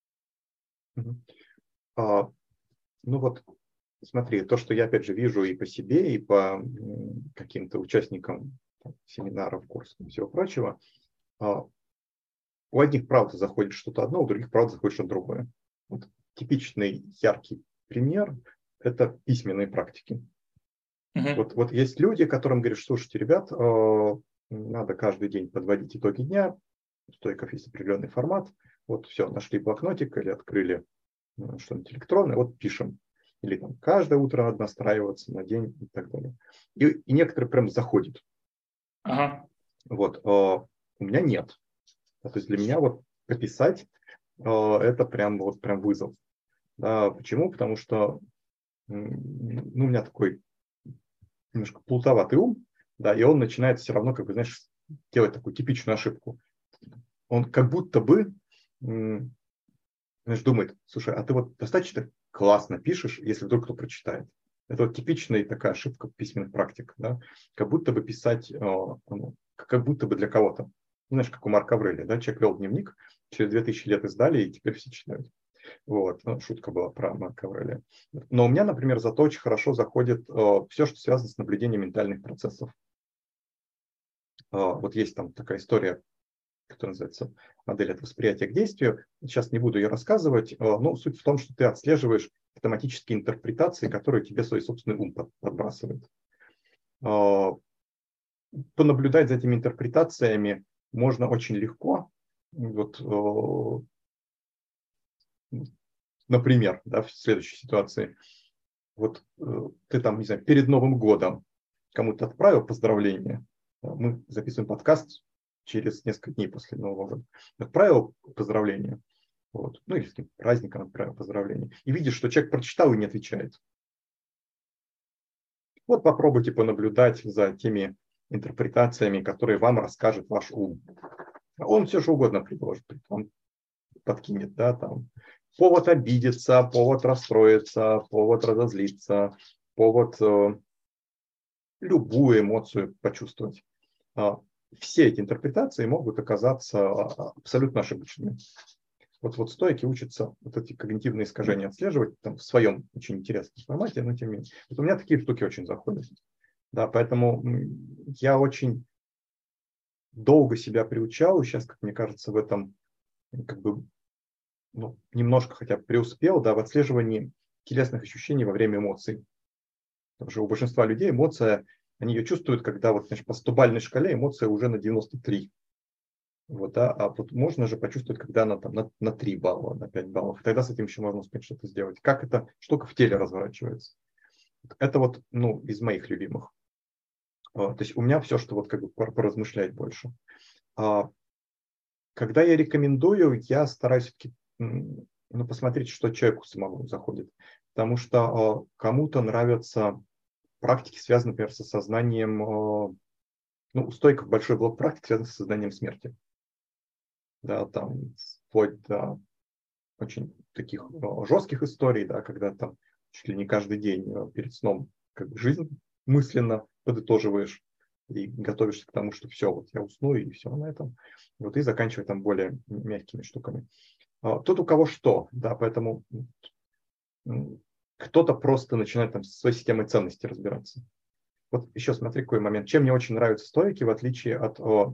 А, ну вот, смотри, то, что я опять же вижу и по себе, и по каким-то участникам там, семинаров, курсов и всего прочего, а, у одних, правда, заходит что-то одно, у других, правда, заходит что-то другое. Вот типичный яркий пример – это письменные практики. Uh-huh. Вот, вот есть люди, которым говорят, слушайте, ребят, э, надо каждый день подводить итоги дня, у стойков есть определенный формат, вот все, нашли блокнотик или открыли ну, что-нибудь электронное, вот пишем. Или там каждое утро надо настраиваться на день и так далее. И, и некоторые прям заходят. Uh-huh. Вот, э, у меня нет. То есть для меня вот прописать э, это прям, вот, прям вызов. Да, почему? Потому что ну, у меня такой немножко плутоватый ум, да, и он начинает все равно, как бы, знаешь, делать такую типичную ошибку. Он как будто бы знаешь, думает, слушай, а ты вот достаточно классно пишешь, если вдруг кто прочитает. Это вот типичная такая ошибка письменных практик, да, как будто бы писать, ну, как будто бы для кого-то. Знаешь, как у Марка Аврелия, да, человек вел дневник, через две тысячи лет издали, и теперь все читают. Вот, ну, шутка была про Марка Аврелия. Но у меня, например, зато очень хорошо заходит э, все, что связано с наблюдением ментальных процессов. Э, вот есть там такая история, которая называется модель от восприятия к действию. Сейчас не буду ее рассказывать, э, но суть в том, что ты отслеживаешь автоматические интерпретации, которые тебе свой собственный ум подбрасывает. Э, понаблюдать за этими интерпретациями можно очень легко. Вот, э, например, да, в следующей ситуации. Вот э, ты там, не знаю, перед Новым годом кому-то отправил поздравление. Мы записываем подкаст через несколько дней после Нового года. Отправил поздравление. Вот. Ну или с каким праздником отправил поздравление. И видишь, что человек прочитал и не отвечает. Вот попробуйте понаблюдать за теми интерпретациями, которые вам расскажет ваш ум. Он все что угодно предложит, он подкинет, да, там повод обидеться, повод расстроиться, повод разозлиться, повод э, любую эмоцию почувствовать. Все эти интерпретации могут оказаться абсолютно ошибочными. Вот, вот стойки учатся вот эти когнитивные искажения отслеживать там, в своем очень интересном формате, но тем не менее. Вот у меня такие штуки очень заходят. Да, поэтому я очень долго себя приучал, и сейчас, как мне кажется, в этом как бы ну, немножко хотя бы преуспел, да, в отслеживании телесных ощущений во время эмоций. Потому что у большинства людей эмоция, они ее чувствуют, когда вот, значит, по стобальной шкале эмоция уже на девяносто три. Вот, да, а вот можно же почувствовать, когда она там на, на три балла, на пять баллов. И тогда с этим еще можно успеть что-то сделать. Как эта штука в теле разворачивается. Это вот, ну, из моих любимых. То есть у меня все, что вот как бы поразмышлять больше. Когда я рекомендую, я стараюсь все-таки ну, посмотреть, что человеку самому заходит. Потому что кому-то нравятся практики, связанные, например, с осознанием, ну, у стойков большой блок практик связан с сознанием смерти. Да, там вплоть до очень таких жестких историй, да, когда там чуть ли не каждый день перед сном как бы жизнь мысленно подытоживаешь и готовишься к тому, что все, вот я усну и все на этом. Вот и заканчивая там более мягкими штуками. Тут у кого что, да, поэтому кто-то просто начинает там со своей системой ценностей разбираться. Вот еще смотри, какой момент. Чем мне очень нравятся стойки, в отличие от о,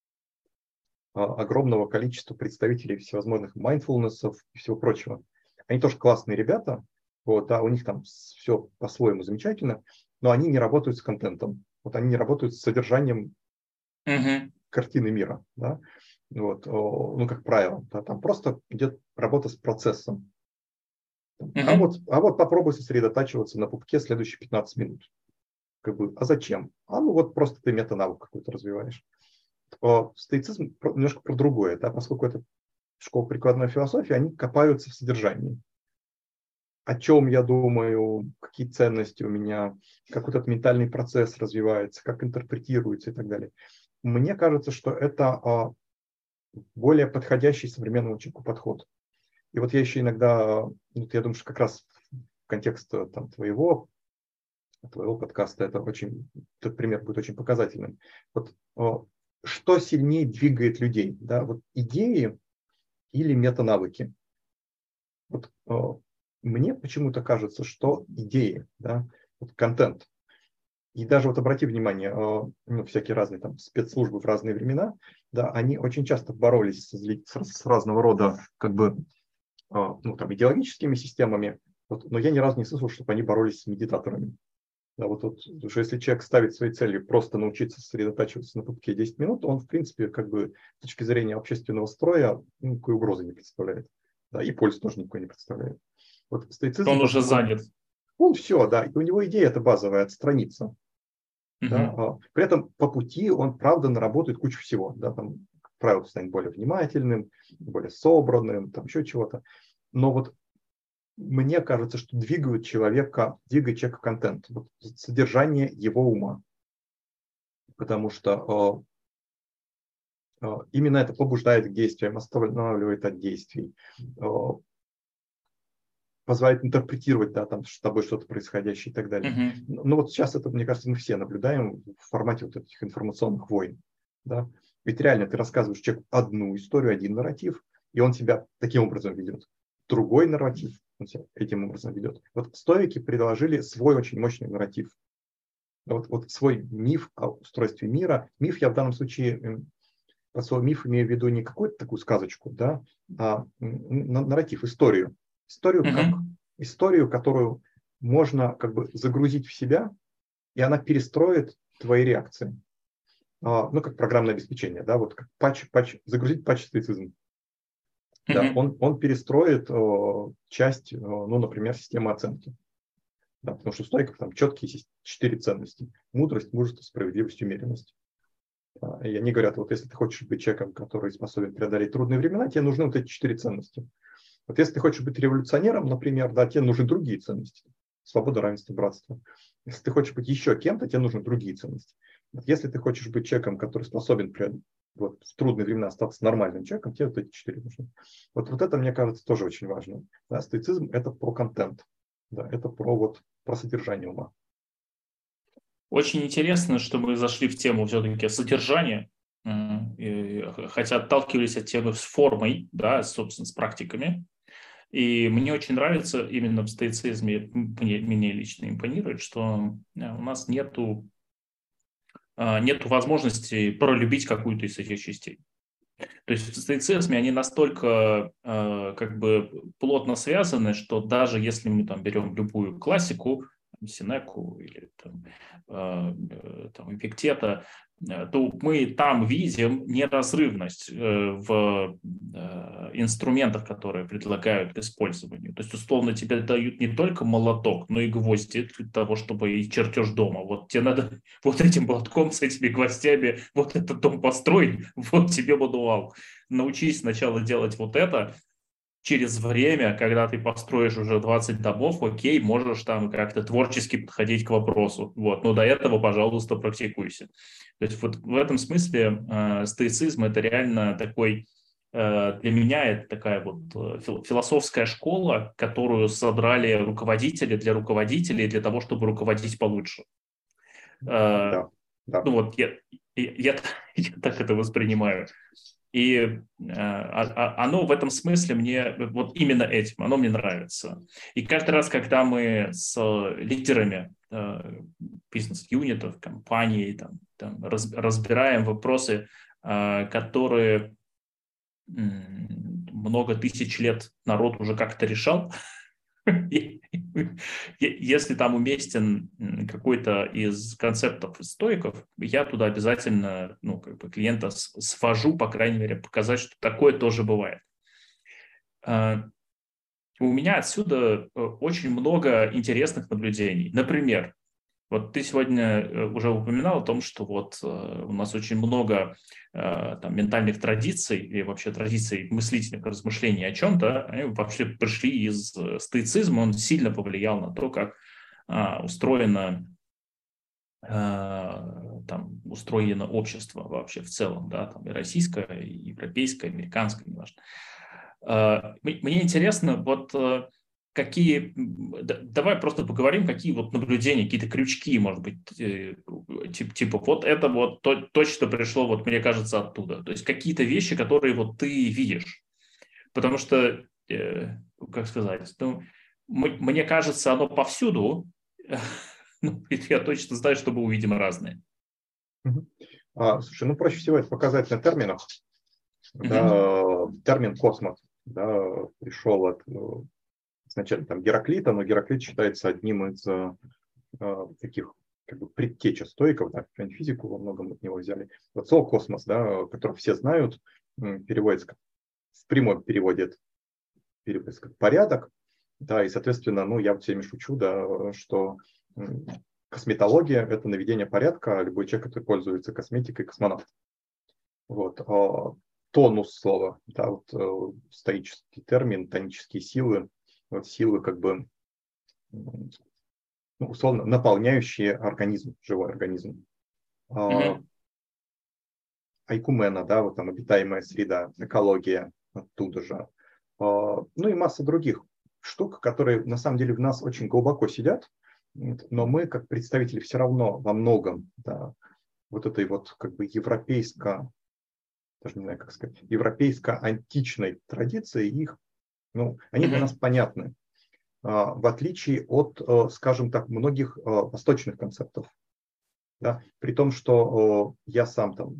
о, огромного количества представителей всевозможных mindfulness'ов и всего прочего. Они тоже классные ребята, вот, да, у них там все по-своему замечательно, но они не работают с контентом. Вот они не работают с содержанием uh-huh. картины мира. Да? Вот, ну, как правило. Да, там просто идет работа с процессом. Uh-huh. А, вот, а вот попробуй сосредотачиваться на пупке следующие пятнадцать минут. Как бы, а зачем? А ну вот просто ты метанавык какой-то развиваешь. Стоицизм немножко про другое, да, поскольку это школа прикладной философии, они копаются в содержании. О чем я думаю, какие ценности у меня, как вот этот ментальный процесс развивается, как интерпретируется и так далее. Мне кажется, что это более подходящий современному человеку подход. И вот я еще иногда, вот я думаю, что как раз в контексте там, твоего, твоего подкаста это очень, этот пример будет очень показательным. Вот что сильнее двигает людей, да, вот идеи или метанавыки? Вот мне почему-то кажется, что идеи, да, вот контент. И даже вот обрати внимание, ну, всякие разные там спецслужбы в разные времена, да, они очень часто боролись с, с разного рода как бы ну, там, идеологическими системами, вот, но я ни разу не слышал, чтобы они боролись с медитаторами. Да, вот, вот, потому что если человек ставит своей целью просто научиться сосредотачиваться на пупке десять минут, он, в принципе, как бы с точки зрения общественного строя ну, никакой угрозы не представляет. Да, и пользы тоже никакой не представляет. Вот стоицизм, он уже занят. Он все, да, и у него идея это базовая, отстраниться. Uh-huh. Да, при этом по пути он, правда, наработает кучу всего. Да, там, как правило, станет более внимательным, более собранным, там еще чего-то. Но вот мне кажется, что двигают человека, двигает человека контент, вот, содержание его ума. Потому что э, э, именно это побуждает к действиям, останавливает от действий, э, позволяет интерпретировать, да, там, с тобой что-то происходящее и так далее. Uh-huh. Ну вот сейчас это, мне кажется, мы все наблюдаем в формате вот этих информационных войн. Да? Ведь реально ты рассказываешь человеку одну историю, один нарратив, и он себя таким образом ведет. Другой нарратив, он себя этим образом ведет. Вот стоики предложили свой очень мощный нарратив. Вот, вот свой миф о устройстве мира. Миф я в данном случае, под свой миф имею в виду не какую-то такую сказочку, да, а нарратив, историю. Историю, uh-huh. как историю, которую можно как бы загрузить в себя, и она перестроит твои реакции. А, ну, как программное обеспечение, да, вот как патч, патч, загрузить патч стоицизм. Uh-huh. Да, он, он перестроит о, часть, о, ну, например, системы оценки. Да, потому что у стоиков там четкие четыре ценности. Мудрость, мужество, справедливость, умеренность. А, и они говорят, вот если ты хочешь быть человеком, который способен преодолеть трудные времена, тебе нужны вот эти четыре ценности. Вот если ты хочешь быть революционером, например, да, тебе нужны другие ценности. Свобода, равенство, братство. Если ты хочешь быть еще кем-то, тебе нужны другие ценности. Вот если ты хочешь быть человеком, который способен вот, в трудные времена остаться нормальным человеком, тебе вот эти четыре нужны. Вот, вот это, мне кажется, тоже очень важно. Да, стоицизм – это про контент, да, это про, вот, про содержание ума. Очень интересно, что мы зашли в тему все-таки содержания, хотя отталкивались от темы с формой, да, собственно, с практиками. И мне очень нравится именно в стоицизме, мне, мне лично импонирует, что у нас нету, нету возможности пролюбить какую-то из этих частей. То есть в стоицизме они настолько как бы плотно связаны, что даже если мы там берем любую классику, Сенеку или там, там, Эпиктета, то мы там видим неразрывность в инструментах, которые предлагают к использованию. То есть, условно, тебе дают не только молоток, но и гвозди для того, чтобы и чертеж дома. Вот тебе надо вот этим молотком с этими гвоздями вот этот дом построить, вот тебе мануал. Научись сначала делать вот это. Через время, когда ты построишь уже двадцать домов, окей, можешь там как-то творчески подходить к вопросу. Вот. Но до этого, пожалуйста, практикуйся. То есть вот в этом смысле э, стоицизм – это реально такой, э, для меня это такая вот э, философская школа, которую содрали руководители для руководителей, для того, чтобы руководить получше. Э, Да, да. ну вот я, я, я, я так это воспринимаю. И э, оно в этом смысле мне, вот именно этим, оно мне нравится. И каждый раз, когда мы с лидерами э, бизнес-юнитов, компаний там, там, раз, разбираем вопросы, э, которые э, много тысяч лет народ уже как-то решал, если там уместен какой-то из концептов стоиков, я туда обязательно, ну, как бы клиента свожу, по крайней мере, показать, что такое тоже бывает. У меня отсюда очень много интересных наблюдений. Например, вот ты сегодня уже упоминал о том, что вот у нас очень много там, ментальных традиций и вообще традиций мыслительных размышлений о чем-то, они вообще пришли из стоицизма, он сильно повлиял на то, как а, устроено, а, там, устроено общество вообще в целом, да, там и российское, и европейское, и американское, неважно. А, мне интересно, вот какие, давай просто поговорим, какие вот наблюдения, какие-то крючки, может быть, типа, типа вот это вот то, точно пришло, вот мне кажется, оттуда. То есть какие-то вещи, которые вот ты видишь. Потому что, э, как сказать, ну, мне кажется, оно повсюду, ну, я точно знаю, что мы увидим разные. А, слушай, ну проще всего это показать на терминах. Да, термин космос, да, пришел от сначала там Гераклита, но Гераклит считается одним из э, таких как бы предтеча стоиков, да, физику во многом от него взяли. Вот слово космос, да, которое все знают, переводится как, в прямом переводе это переводится как порядок, да, и, соответственно, ну, я вот всеми шучу, да, что косметология – это наведение порядка, а любой человек, который пользуется косметикой, космонавт. Вот. Тонус слова, да, вот стоический термин, тонические силы, вот силы как бы, ну, условно, наполняющие организм, живой организм. Mm-hmm. Айкумена, да, вот там обитаемая среда, экология оттуда же. Ну и масса других штук, которые на самом деле в нас очень глубоко сидят, но мы, как представители, все равно во многом, да, вот этой вот как бы европейско, даже не знаю, как сказать, европейско-античной традиции, их, ну, они для нас понятны, в отличие от, скажем так, многих восточных концептов. Да? При том, что я сам там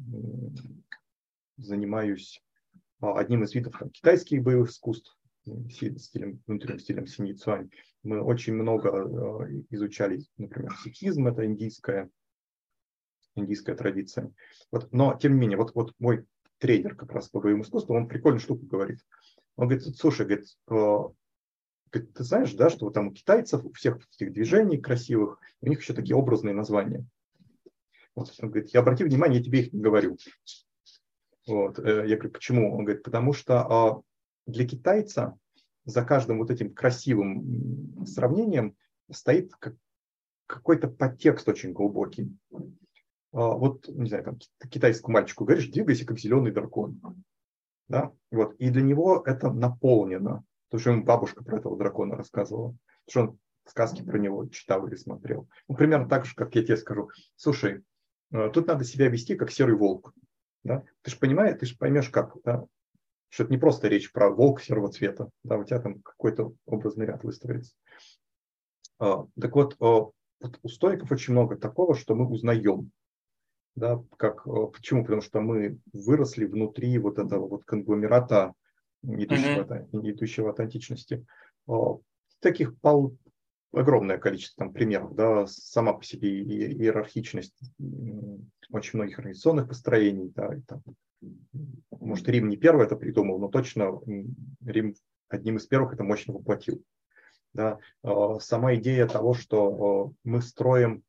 занимаюсь одним из видов там, китайских боевых искусств, стилем, внутренним стилем синьи цюань. Мы очень много изучали, например, сикхизм, это индийская, индийская традиция. Вот, но, тем не менее, вот, вот мой тренер как раз по боевому искусству, он прикольную штуку говорит. Он говорит, слушай, говорит, говорит, ты знаешь, да, что вот там у китайцев, у всех этих движений красивых, у них еще такие образные названия. Вот, он говорит, я обрати внимание, я тебе их не говорю. Вот, я говорю, почему? Он говорит, потому что для китайца за каждым вот этим красивым сравнением стоит какой-то подтекст очень глубокий. Вот, не знаю, там, китайскому мальчику говоришь, двигайся, как зеленый дракон. Да? Вот. И для него это наполнено. Потому что ему бабушка про этого дракона рассказывала. Потому что он сказки про него читал или смотрел. Ну, примерно так же, как я тебе скажу. Слушай, тут надо себя вести, как серый волк. Да? Ты же понимаешь, ты же поймешь, как. Да? Что это не просто речь про волк серого цвета. Да? У тебя там какой-то образный ряд выстроится. А, так вот, вот, у стоиков очень много такого, что мы узнаем. Да, как, почему? Потому что мы выросли внутри вот этого вот конгломерата, идущего, mm-hmm. от, идущего от античности. Таких пол, огромное количество там, примеров. Да, сама по себе иерархичность очень многих организационных построений. Да, и там, может, Рим не первый это придумал, но точно Рим одним из первых это мощно воплотил. Да, сама идея того, что мы строим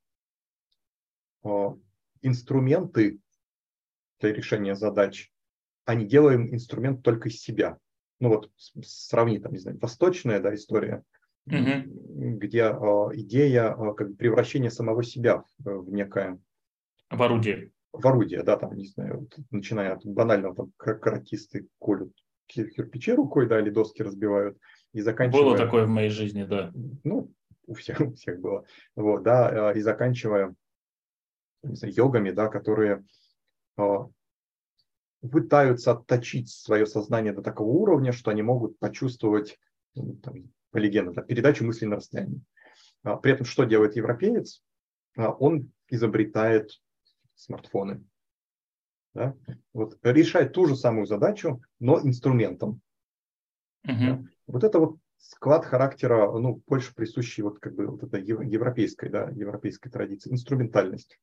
инструменты для решения задач, а не делаем инструмент только из себя. Ну вот сравни, там, не знаю, восточная, да, история, mm-hmm. где э, идея э, как бы превращения самого себя в, в некое... В орудие. В орудие, да, там, не знаю, вот, начиная от банального, там, каратисты колют кирпичи рукой, да, или доски разбивают, и заканчивая... Было такое в моей жизни, да. Ну, у всех, у всех было. Вот, да, и заканчивая не знаю, йогами, да, которые э, пытаются отточить свое сознание до такого уровня, что они могут почувствовать, ну, там, по легендам, да, передачу мыслей на расстоянии. А, при этом что делает европеец? А, он изобретает смартфоны. Да? Вот, решает ту же самую задачу, но инструментом. Uh-huh. Да? Вот это вот склад характера, ну, больше присущий вот как бы вот этой европейской, да, европейской традиции, инструментальность.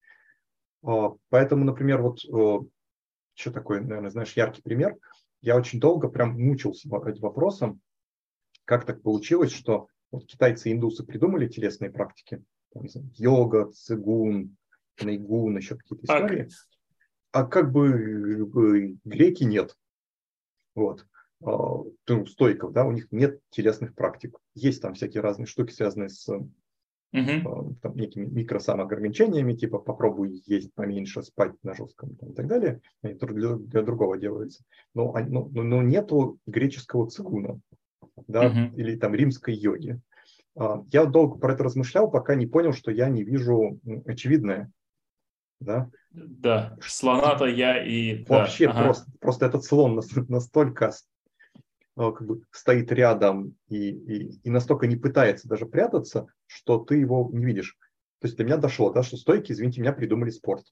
Поэтому, например, вот что такое, наверное, знаешь, яркий пример. Я очень долго прям мучился этим вопросом, как так получилось, что вот китайцы и индусы придумали телесные практики, там, не знаю, йога, цигун, найгун, еще какие-то истории, а как бы греки нет. Вот. У стоиков, да, у них нет телесных практик. Есть там всякие разные штуки, связанные с Uh-huh. там, некими микросамоограничениями, типа попробуй есть поменьше, спать на жестком там, и так далее. Они для, для другого делаются. Но, но, но нету греческого цигуна, да, Uh-huh. или там римской йоги. Я долго про это размышлял, пока не понял, что я не вижу очевидное. Да, да. Слона-то я и... Вообще да. просто, ага. просто этот слон настолько как бы стоит рядом и, и, и настолько не пытается даже прятаться, что ты его не видишь. То есть до меня дошло, да, что стойки, извините меня, придумали спорт.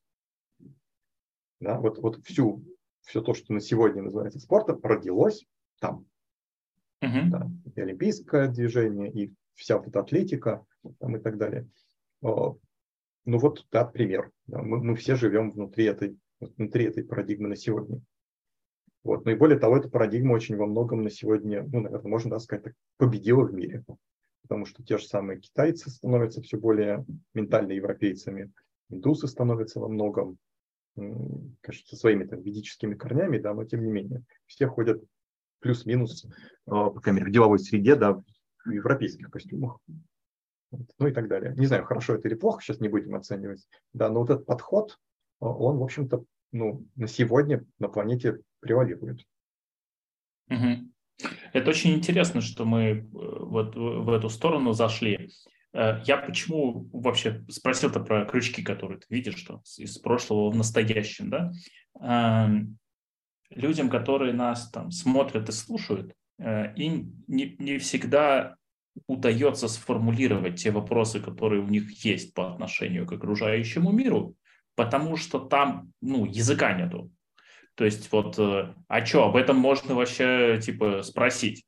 Да, вот, вот всю, все то, что на сегодня называется спортом, родилось там. Uh-huh. Да, и олимпийское движение, и вся вот эта атлетика там, и так далее. Ну вот, да, пример. Да, мы, мы все живем внутри этой, внутри этой парадигмы на сегодня. Вот. Ну и более того, эта парадигма очень во многом на сегодня, ну, наверное, можно да, сказать, так, победила в мире. Потому что те же самые китайцы становятся все более ментально европейцами, индусы становятся во многом, конечно, со своими там, ведическими корнями, да, но тем не менее, все ходят плюс-минус, по крайней мере, в деловой среде, да, в европейских костюмах. Ну и так далее. Не знаю, хорошо это или плохо, сейчас не будем оценивать. Да, но вот этот подход, он, в общем-то, ну, на сегодня на планете превалирует. Угу. Это очень интересно, что мы вот в эту сторону зашли. Я почему вообще спросил-то про крючки, которые ты видишь, что из прошлого в настоящем, да? Людям, которые нас там смотрят и слушают, им не, не всегда удается сформулировать те вопросы, которые у них есть по отношению к окружающему миру, потому что там, ну, языка нету. То есть вот, а что, об этом можно вообще, типа, спросить?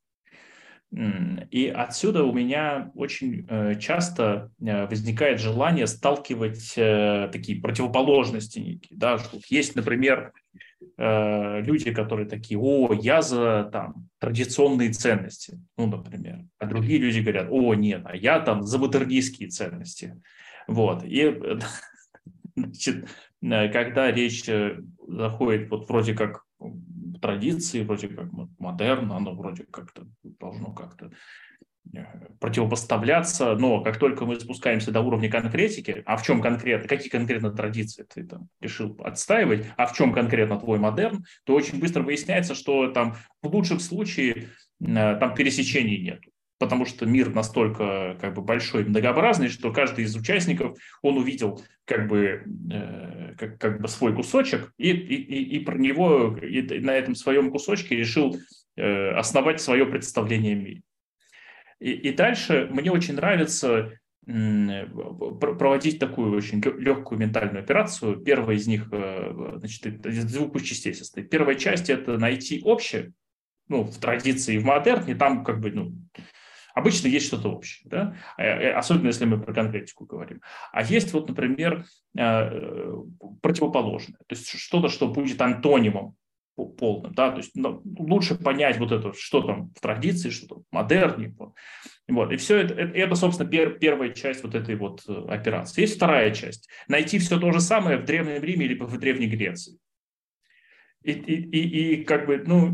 И отсюда у меня очень часто возникает желание сталкивать такие противоположности некие, да, что есть, например, люди, которые такие: о, я за там традиционные ценности, ну, например, а другие люди говорят: о, нет, а я там за модернистские ценности. Вот, и значит, когда речь заходит вот вроде как традиции, вроде как модерн, оно вроде как-то должно как-то противопоставляться, но как только мы спускаемся до уровня конкретики, а в чем конкретно, какие конкретно традиции ты там решил отстаивать, а в чем конкретно твой модерн, то очень быстро выясняется, что там в лучшем случае там пересечений нет. Потому что мир настолько как бы большой и многообразный, что каждый из участников, он увидел как бы, э, как, как бы свой кусочек и, и, и про него и на этом своем кусочке решил э, основать свое представление о мире. И, и дальше мне очень нравится м, проводить такую очень легкую ментальную операцию. Первая из них, э, значит, из двух частей состоит. Первая часть – это найти общее, ну, в традиции и в модерне, там как бы, ну, обычно есть что-то общее, да? Особенно если мы про конкретику говорим. А есть вот, например, противоположное, то есть что-то, что будет антонимом полным, да, то есть ну, лучше понять вот это, что там в традиции, что там в модерне, вот. Вот. И все это, это, это собственно, пер, первая часть вот этой вот операции. Есть вторая часть. Найти все то же самое в Древнем Риме или в Древней Греции. И, и, и, и как бы, ну,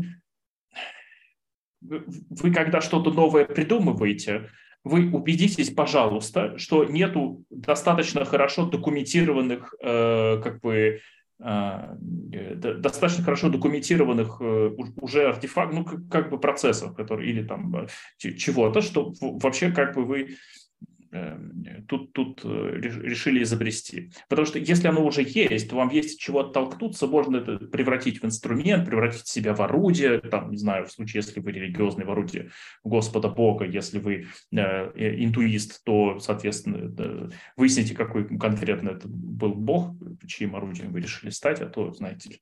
вы когда что-то новое придумываете, вы убедитесь, пожалуйста, что нету достаточно хорошо документированных, э, как бы, э, достаточно хорошо документированных э, уже артефактов, ну, как, как бы процессов, которые, или там э, чего-то, что вообще как бы вы тут, тут решили изобрести. Потому что если оно уже есть, то вам есть от чего оттолкнуться, можно это превратить в инструмент, превратить себя в орудие, там, не знаю, в случае, если вы религиозный, в орудие Господа Бога, если вы э, интуист, то, соответственно, да, выясните, какой конкретно это был Бог, чьим орудием вы решили стать, а то, знаете,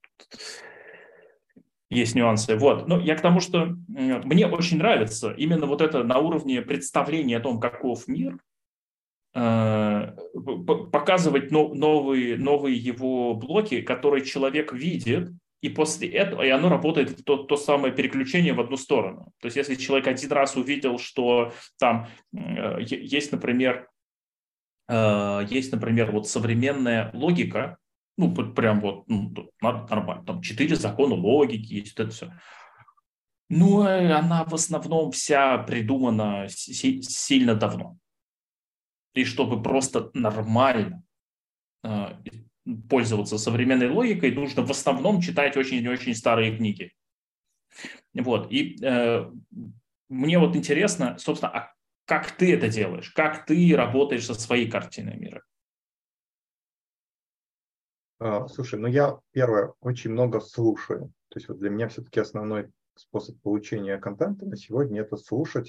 есть нюансы. Вот. Но я к тому, что мне очень нравится именно вот это на уровне представления о том, каков мир, показывать новые, новые его блоки, которые человек видит, и после этого и оно работает то, то самое переключение в одну сторону. То есть если человек один раз увидел, что там есть, например, есть, например, вот современная логика, ну, прям вот ну, нормально, там четыре закона логики, есть вот это все. Ну, она в основном вся придумана сильно давно. И чтобы просто нормально э, пользоваться современной логикой, нужно в основном читать очень-очень старые книги. Вот. И э, мне вот интересно, собственно, а как ты это делаешь? Как ты работаешь со своей картиной мира? А, слушай, ну я, первое, очень много слушаю. То есть вот для меня все-таки основной способ получения контента на сегодня – это слушать.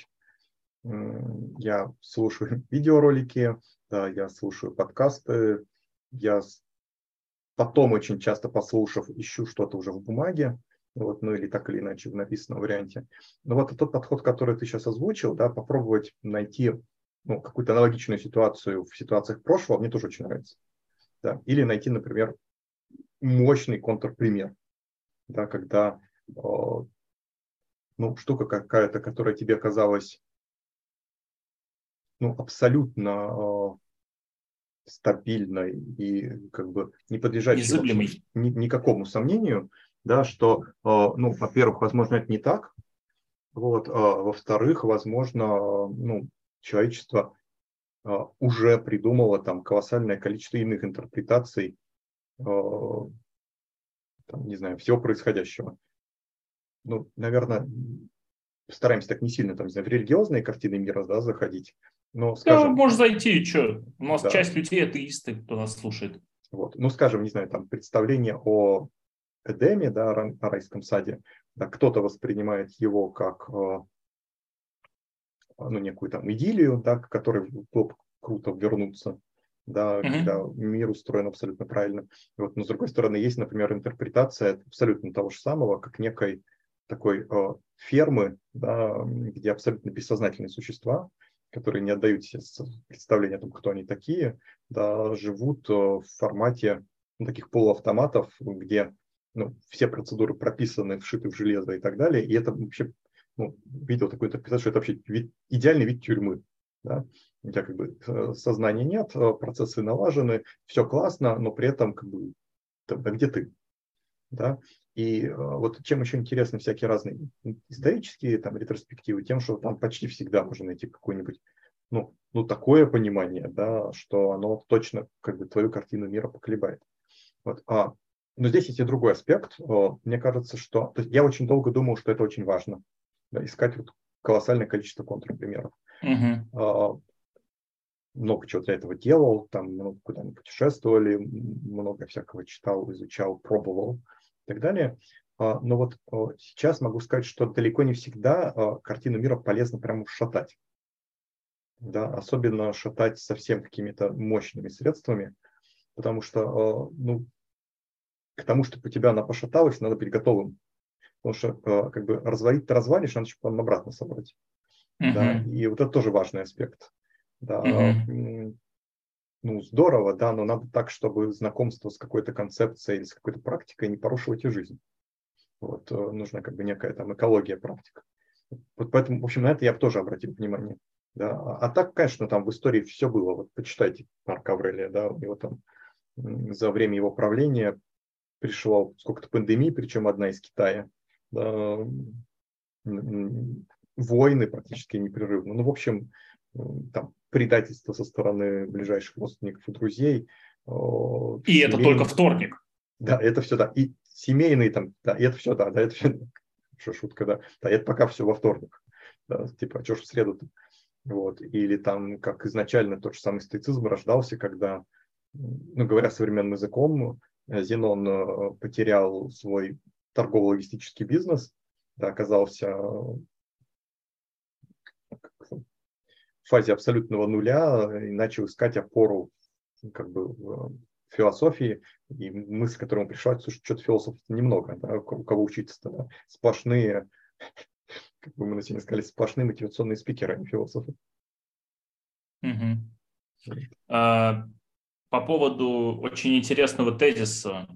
Я слушаю видеоролики, да, я слушаю подкасты, я потом очень часто, послушав, ищу что-то уже в бумаге, вот, ну или так или иначе в написанном варианте. Но вот тот подход, который ты сейчас озвучил, да, попробовать найти ну, какую-то аналогичную ситуацию в ситуациях прошлого, мне тоже очень нравится. Да. Или найти, например, мощный контрпример, да, когда э, ну, штука какая-то, которая тебе казалась ну, абсолютно э, стабильной и как бы не подлежащей вообще ни, никакому сомнению, да, что, э, ну, во-первых, возможно, это не так, вот, а во-вторых, возможно, ну, человечество э, уже придумало там колоссальное количество иных интерпретаций, э, там, не знаю, всего происходящего. Ну, наверное, стараемся так не сильно там, не знаю, в религиозные картины мира, да, заходить. Но, скажем, да, можешь зайти, что? У нас да. часть людей атеисты, кто нас слушает. Вот. Ну, скажем, не знаю, там представление о Эдеме, да, о райском саде, да, кто-то воспринимает его как ну, некую там идиллию, да, к которой было круто вернуться, да, mm-hmm. когда мир устроен абсолютно правильно. Вот. Но с другой стороны, есть, например, интерпретация абсолютно того же самого, как некой такой э, фермы, да, где абсолютно бессознательные существа, которые не отдают себе представления о том, кто они такие, да, живут в формате ну, таких полуавтоматов, где ну, все процедуры прописаны, вшиты в железо и так далее. И это вообще, ну, видел такую интерпретацию, что это вообще вид, идеальный вид тюрьмы. Да? У тебя как бы сознания нет, процессы налажены, все классно, но при этом как бы, да, где ты? Да? И э, вот чем еще интересны всякие разные исторические там, ретроспективы, тем, что там почти всегда можно найти какое-нибудь ну, ну, такое понимание, да, что оно точно как бы твою картину мира поколебает. Вот. А, но здесь есть и другой аспект. О, Мне кажется, что... То есть я очень долго думал, что это очень важно. Да, искать вот колоссальное количество контрпримеров. Мгм. А, Много чего для этого делал, там много куда мы путешествовали, м, много всякого читал, изучал, пробовал и так далее. А, Но вот о, сейчас могу сказать, что далеко не всегда а, картину мира полезно прямо шатать. Да, особенно шатать совсем какими-то мощными средствами, потому что а, ну, к тому, чтобы у тебя она пошаталась, надо быть готовым. Потому что а, как бы развалить ты развалишь, а надо еще потом обратно собрать. Да, Мгм. и вот это тоже важный аспект. Да, Мгм. м, ну, здорово, да, но надо так, чтобы знакомство с какой-то концепцией или с какой-то практикой не порушило тебе жизнь. Вот, э, нужна как бы некая там экология практик. Вот поэтому, в общем, на это я бы тоже обратил внимание. Да. А а так, конечно, там в истории все было. Вот почитайте Марка Аврелия, да, у него там м, за время его правления пришло сколько-то пандемий, причем одна из Китая. Да, м, войны практически непрерывно. Ну, в общем, м, там предательство со стороны ближайших родственников и друзей, о, И это только семейные, вторник. да, это все, да, и семейные там, да, и это все, да, да, это все, что шутка, да, да, это пока все во вторник, да, типа, а что ж в среду-то, вот, или там, как изначально тот же самый стоицизм рождался, когда, ну, говоря современным языком, э, Зенон э, потерял свой торгово-логистический бизнес, да, оказался в фазе абсолютного нуля и начал искать опору как бы в философии. И мысль, к которой он пришел, слушай, что-то философов немного, да, у кого учиться-то, да? Сплошные, как бы мы на сегодня сказали, сплошные мотивационные спикеры, а не философы. Мгм. А, По поводу очень интересного тезиса.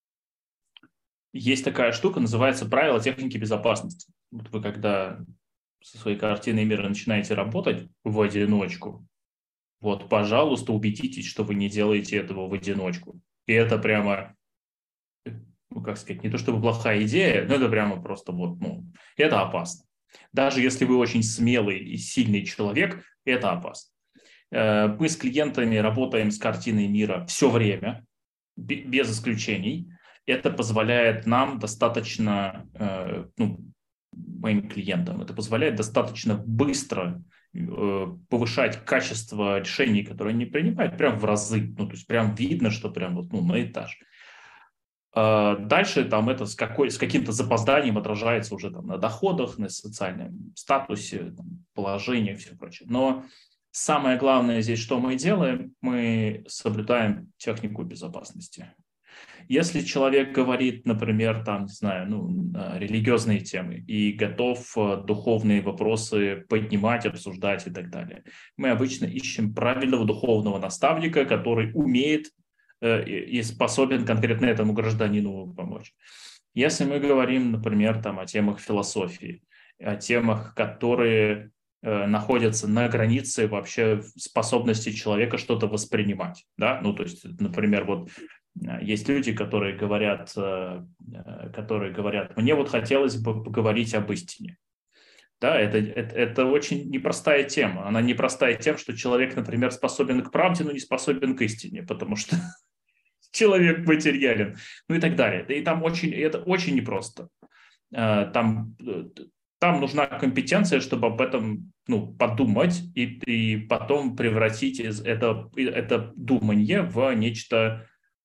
Есть такая штука, называется правило техники безопасности. Вот вы когда со своей картиной мира начинаете работать в одиночку, вот, пожалуйста, убедитесь, что вы не делаете этого в одиночку. И это прямо, ну, как сказать, не то чтобы плохая идея, но это прямо просто вот, ну, это опасно. Даже если вы очень смелый и сильный человек, это опасно. Э, Мы с клиентами работаем с картиной мира все время, без исключений. Это позволяет нам достаточно, э, ну, моим клиентам, это позволяет достаточно быстро э, повышать качество решений, которые они принимают, прям в разы. Ну, то есть прям видно, что прям вот, ну, на этаж. А дальше там это с, какой, с каким-то запозданием отражается уже там на доходах, на социальном статусе, там, положении и все прочее. Но самое главное здесь, что мы делаем, мы соблюдаем технику безопасности. Если человек говорит, например, там, не знаю, ну, религиозные темы и готов духовные вопросы поднимать, обсуждать и так далее, мы обычно ищем правильного духовного наставника, который умеет и способен конкретно этому гражданину помочь. Если мы говорим, например, там, о темах философии, о темах, которые э, находятся на границе вообще способности человека что-то воспринимать, да, ну, то есть, например, вот есть люди, которые говорят, которые говорят, мне вот хотелось бы поговорить об истине. Да, это, это, это очень непростая тема. Она непростая тем, что человек, например, способен к правде, но не способен к истине, потому что человек материален, ну и так далее. И там очень, это очень непросто. Там, там нужна компетенция, чтобы об этом ну, подумать и, и потом превратить из это, это думание в нечто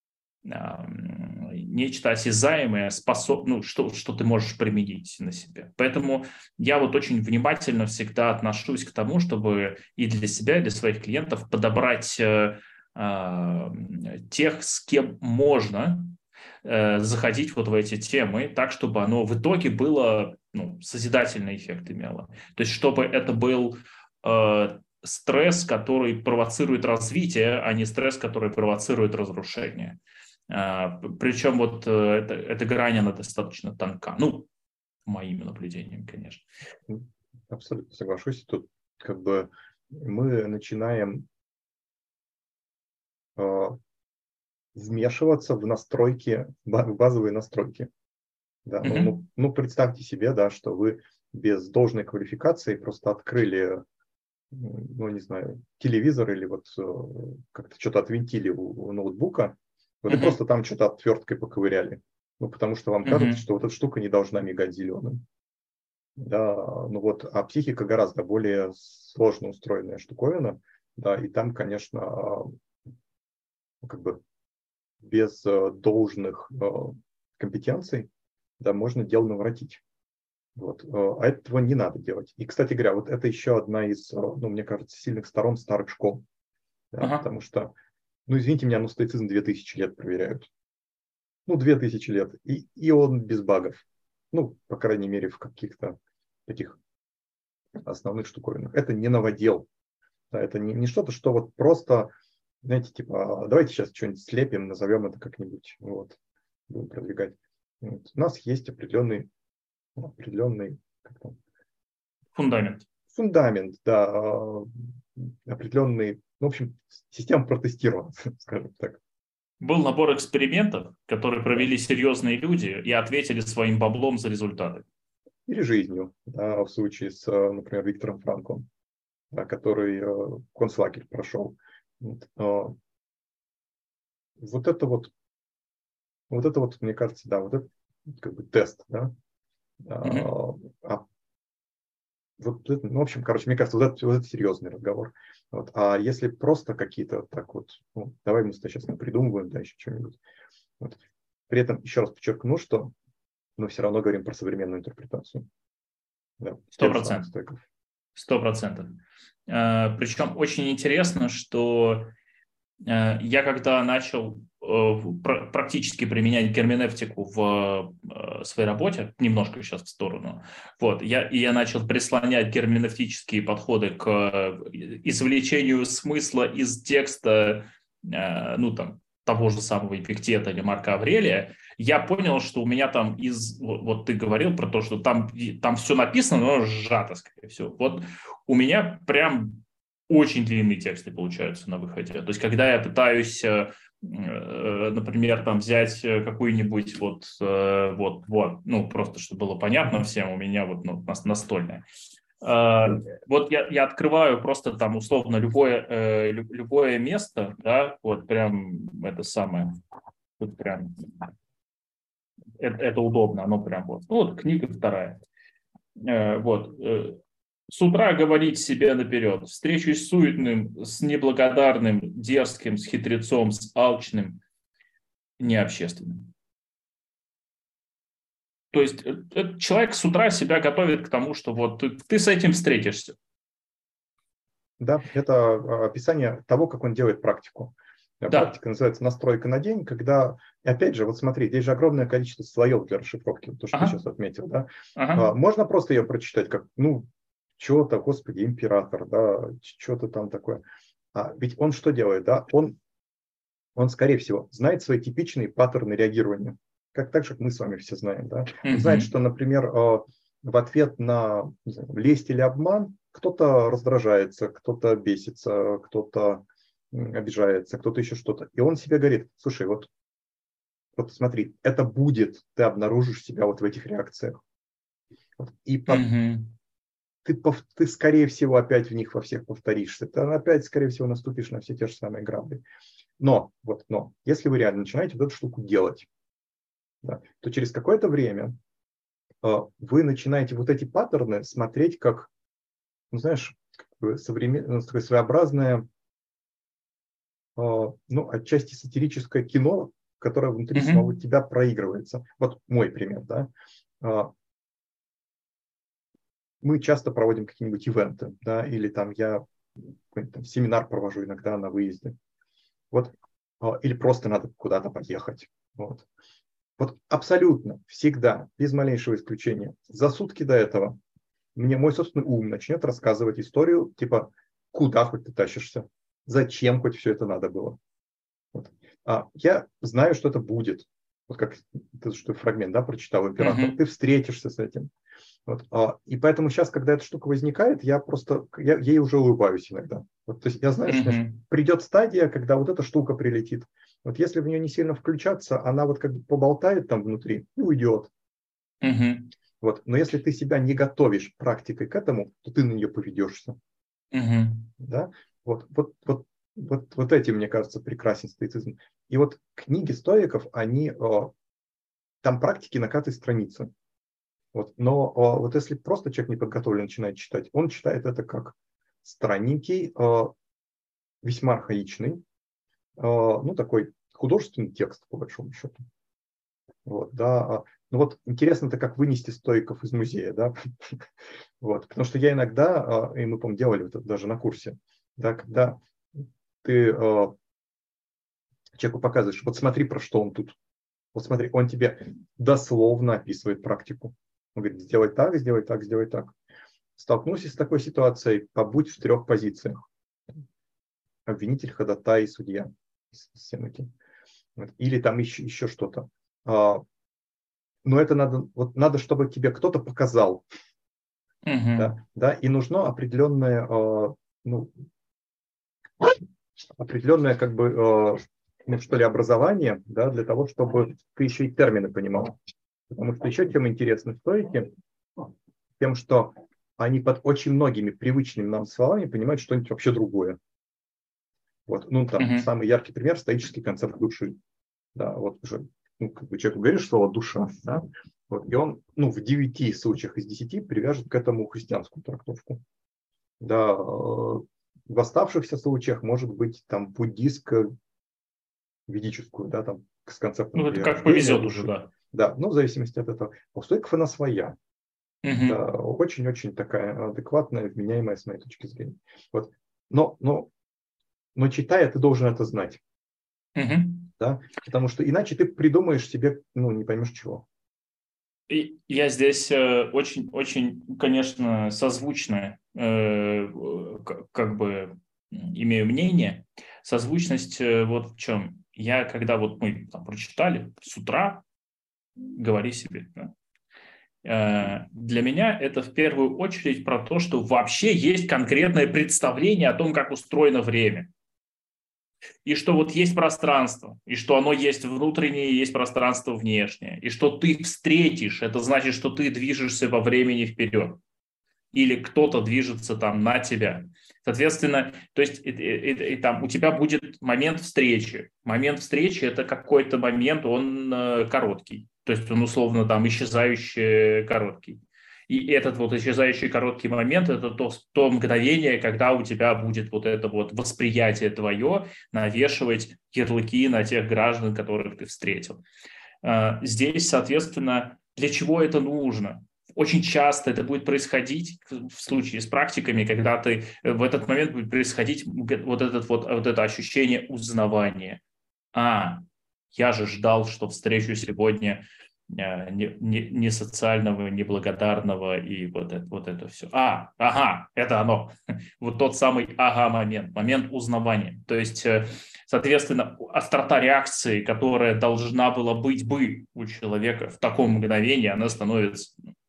нечто осязаемое, способ, ну, что, что ты можешь применить на себе. Поэтому я вот очень внимательно всегда отношусь к тому, чтобы и для себя, и для своих клиентов подобрать э, э, тех, с кем можно э, заходить вот в эти темы так, чтобы оно в итоге было, ну, созидательный эффект имело. То есть чтобы это был э, стресс, который провоцирует развитие, а не стресс, который провоцирует разрушение. Причем вот эта, эта грань, она достаточно тонка. Ну, моими наблюдениями, конечно. Абсолютно соглашусь. Тут как бы мы начинаем э, вмешиваться в настройки, в базовые настройки. Да, ну, ну, ну, представьте себе, да, что вы без должной квалификации просто открыли, ну, не знаю, телевизор или вот как-то что-то отвинтили у, у ноутбука, вот и просто там что-то отверткой поковыряли. Ну, потому что вам кажется, что вот эта штука не должна мигать зеленым. Да, ну вот, а психика гораздо более сложно устроенная штуковина, да, и там, конечно, как бы без должных компетенций, да, можно дело наворотить. Вот. А этого не надо делать. И, кстати говоря, вот это еще одна из, ну, мне кажется, сильных сторон старых школ. Да, ага. Потому что, ну, извините меня, но стоицизм две тысячи лет проверяют. Ну, две тысячи лет. И, и он без багов. Ну, по крайней мере, в каких-то таких основных штуковинах. Это не новодел. Да, это не, не что-то, что вот просто, знаете, типа, давайте сейчас что-нибудь слепим, назовем это как-нибудь, вот, будем продвигать. Вот. У нас есть определенный, определенный как там, фундамент. Фундамент, да, определенный, ну, в общем, система протестирована, скажем так. Был набор экспериментов, которые провели серьезные люди и ответили своим баблом за результаты. Или жизнью, да, в случае с, например, Виктором Франклом, да, который э, концлагерь прошел. Вот, э, вот это вот, вот это вот, мне кажется, да, вот это как бы тест, да. Mm-hmm. А, вот, ну, в общем, короче, мне кажется, вот это, вот это серьезный разговор. Вот. А если просто какие-то так вот, ну, давай мы сейчас придумываем, да, еще что-нибудь. Вот. При этом еще раз подчеркну, что мы все равно говорим про современную интерпретацию. Сто процентов. Сто процентов. Причем очень интересно, что я когда начал практически применять герменевтику в своей работе, немножко сейчас в сторону, вот, я, и я начал прислонять герменевтические подходы к извлечению смысла из текста, ну, там, того же самого Эпиктета или Марка Аврелия, я понял, что у меня там из... Вот, вот ты говорил про то, что там, там все написано, но сжато, скорее всего. Вот у меня прям очень длинные тексты получаются на выходе. То есть, когда я пытаюсь, например, там взять какую-нибудь вот, вот, вот, ну, просто чтобы было понятно всем, у меня вот ну, настольная. Вот я, я открываю просто там условно любое, любое место, да, вот прям это самое, вот прям, это, это удобно, оно прям вот, вот книга вторая, вот. С утра говорить себе наперед, встречусь с суетным, с неблагодарным, дерзким, с хитрецом, с алчным, необщественным. То есть этот человек с утра себя готовит к тому, что вот ты, ты с этим встретишься. Да, это описание того, как он делает практику. Да. Практика называется настройка на день, когда, опять же, вот смотри, здесь же огромное количество слоев для расшифровки, то, что ага. ты сейчас отметил. Да? Ага. Можно просто ее прочитать как, ну, что-то, господи, император, да, что-то там такое. А ведь он что делает, да? Он, он, скорее всего, знает свои типичные паттерны реагирования, как так же, как мы с вами все знаем, да? Он знает, что, например, в ответ на, не знаю, лесть или обман кто-то раздражается, кто-то бесится, кто-то обижается, кто-то еще что-то. И он себе говорит, слушай, вот, вот смотри, это будет, ты обнаружишь себя вот в этих реакциях. И по... mm-hmm. Ты, ты, скорее всего, опять в них во всех повторишься. Ты опять, скорее всего, наступишь на все те же самые грабли. Но, вот, но, если вы реально начинаете вот эту штуку делать, да, то через какое-то время э, вы начинаете вот эти паттерны смотреть как, ну, знаешь, как современ... такое своеобразное, э, ну, отчасти сатирическое кино, которое внутри mm-hmm. самого тебя проигрывается. Вот мой пример, да. Э, Мы часто проводим какие-нибудь ивенты, да, или там я там, семинар провожу иногда на выезде. Вот, или просто надо куда-то поехать. Вот. Вот абсолютно, всегда, без малейшего исключения, за сутки до этого мне мой собственный ум начнет рассказывать историю, типа, куда хоть ты тащишься, зачем хоть все это надо было. Вот. А я знаю, что это будет. Вот как ты что фрагмент, да, прочитал император, mm-hmm. ты встретишься с этим. Вот, а, и поэтому сейчас, когда эта штука возникает, я просто, я ей уже улыбаюсь иногда. Вот, то есть я знаю, mm-hmm. что значит, придет стадия, когда вот эта штука прилетит. Вот если в нее не сильно включаться, она вот как бы поболтает там внутри и уйдет. Угу. Вот. Но если ты себя не готовишь практикой к этому, то ты на нее поведешься. Угу. Да? Вот, вот, вот, вот, вот этим, мне кажется, прекрасен стоицизм. И вот книги стоиков, они, там практики на каждой странице. Вот. Но вот если просто человек неподготовленный начинает читать, он читает это как странненький, весьма архаичный, ну, такой художественный текст, по большому счету. Вот, да. Ну вот интересно-то, как вынести стоиков из музея, да? Вот, потому что я иногда, и мы, по-моему, делали это даже на курсе, да, когда ты человеку показываешь, вот смотри, про что он тут. Вот смотри, он тебе дословно описывает практику. Он говорит, сделай так, сделай так, сделай так. Столкнулся с такой ситуацией, побудь в трех позициях. Обвинитель, ходатай и судья. Всем этим. Или там еще, еще что-то. Но это надо, вот надо, чтобы тебе кто-то показал. Угу. Да, да, и нужно определенное, ну, определенное как бы, ну, что ли, образование, да, для того, чтобы ты еще и термины понимал. Потому что еще чем интересны стойки, тем, что они под очень многими привычными нам словами понимают что-нибудь вообще другое. Вот, ну, там, Угу. самый яркий пример – стоический концепт души. Да, вот уже, ну, как бы человеку говоришь слово «душа», да, вот, и он, ну, в девяти случаях из десяти привяжет к этому христианскую трактовку. Да, в оставшихся случаях может быть там буддистско-ведическую, да, там с концептом Ну, это как перерождения повезет уже, души. да. Да, ну, в зависимости от этого. У стоиков она своя. Угу. Да, очень-очень такая адекватная, вменяемая с моей точки зрения. Вот. Но, но, но читая, ты должен это знать. Угу. Да? Потому что иначе ты придумаешь себе, ну, не поймешь чего. И я здесь очень-очень, конечно, созвучно э, как бы имею мнение. Созвучность вот в чем. Я, когда вот мы там прочитали с утра, говори себе, да, для меня это в первую очередь про то, что вообще есть конкретное представление о том, как устроено время. И что вот есть пространство, и что оно есть внутреннее, есть пространство внешнее. И что ты встретишь, это значит, что ты движешься во времени вперед. Или кто-то движется там на тебя. Соответственно, то есть и, и, и, там у тебя будет момент встречи. Момент встречи – это какой-то момент, он э, короткий. То есть он условно там исчезающий короткий. И этот вот исчезающий короткий момент – это то, то мгновение, когда у тебя будет вот это вот восприятие твое навешивать ярлыки на тех граждан, которых ты встретил. Здесь, соответственно, для чего это нужно? Очень часто это будет происходить в случае с практиками, когда ты в этот момент будет происходить вот, этот вот, вот это ощущение узнавания. А, я же ждал, что встречу сегодня не, не, не социального, неблагодарного и вот это, вот это все. А, ага, это оно. Вот тот самый ага-момент, момент узнавания. То есть, соответственно, острота реакции, которая должна была быть бы у человека в таком мгновении, она становится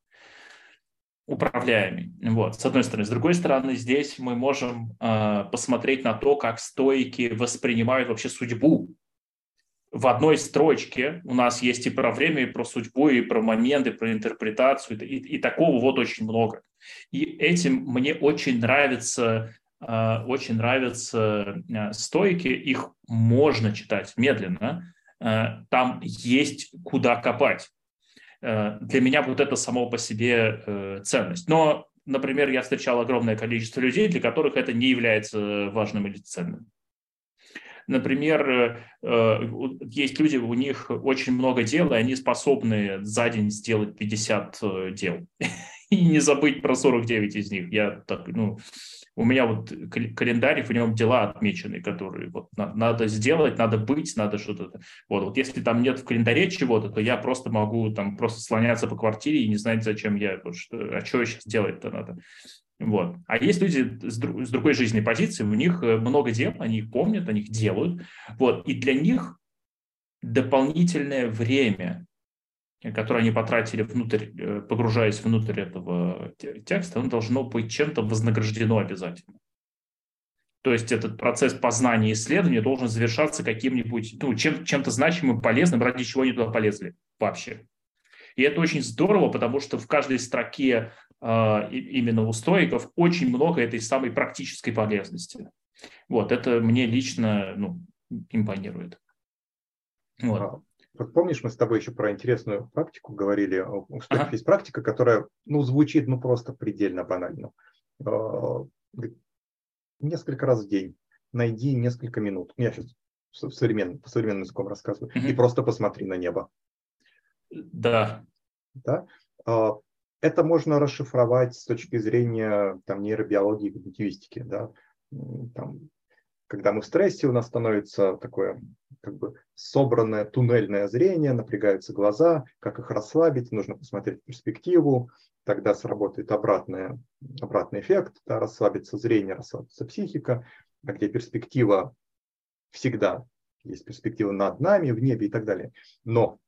управляемой. Вот, с одной стороны. С другой стороны, здесь мы можем э, посмотреть на то, как стоики воспринимают вообще судьбу. В одной строчке у нас есть и про время, и про судьбу, и про моменты, и про интерпретацию, и, и такого вот очень много. И этим мне очень нравится, э, очень нравятся э, стоики, их можно читать медленно, э, там есть куда копать. Э, для меня вот это само по себе э, ценность. Но, например, я встречал огромное количество людей, для которых это не является важным или ценным. Например, есть люди, у них очень много дел, и они способны за день сделать пятьдесят дел и не забыть про сорок девять из них. Я так, ну, у меня вот календарь, в нем дела отмечены, которые вот надо сделать, надо быть, надо что-то. Вот, вот если там нет в календаре чего-то, то я просто могу там просто слоняться по квартире и не знать, зачем я, вот, что, а что сейчас делать-то надо. Вот. А есть люди с, друг, с другой жизненной позиции, у них много дел, они их помнят, они их делают. Вот. И для них дополнительное время, которое они потратили внутрь, погружаясь внутрь этого текста, оно должно быть чем-то вознаграждено обязательно. То есть этот процесс познания и исследования должен завершаться каким-нибудь, ну, чем, чем-то значимым, полезным, ради чего они туда полезли вообще. И это очень здорово, потому что в каждой строке э, именно у стоиков очень много этой самой практической полезности. Вот, это мне лично, ну, импонирует. Вот. А, вот помнишь, мы с тобой еще про интересную практику говорили. У стоиков Ага. есть практика, которая, ну, звучит, ну, просто предельно банально. А, несколько раз в день найди несколько минут. Я сейчас современным, по современным языком рассказываю. Угу. И просто посмотри на небо. Да. Да? А, это можно расшифровать с точки зрения там, нейробиологии, когнитивистики. Да? Там, когда мы в стрессе, у нас становится такое как бы собранное туннельное зрение, напрягаются глаза, как их расслабить, нужно посмотреть перспективу, тогда сработает обратное, обратный эффект, да, расслабится зрение, расслабится психика, а где перспектива всегда, есть перспектива над нами, в небе и так далее. Но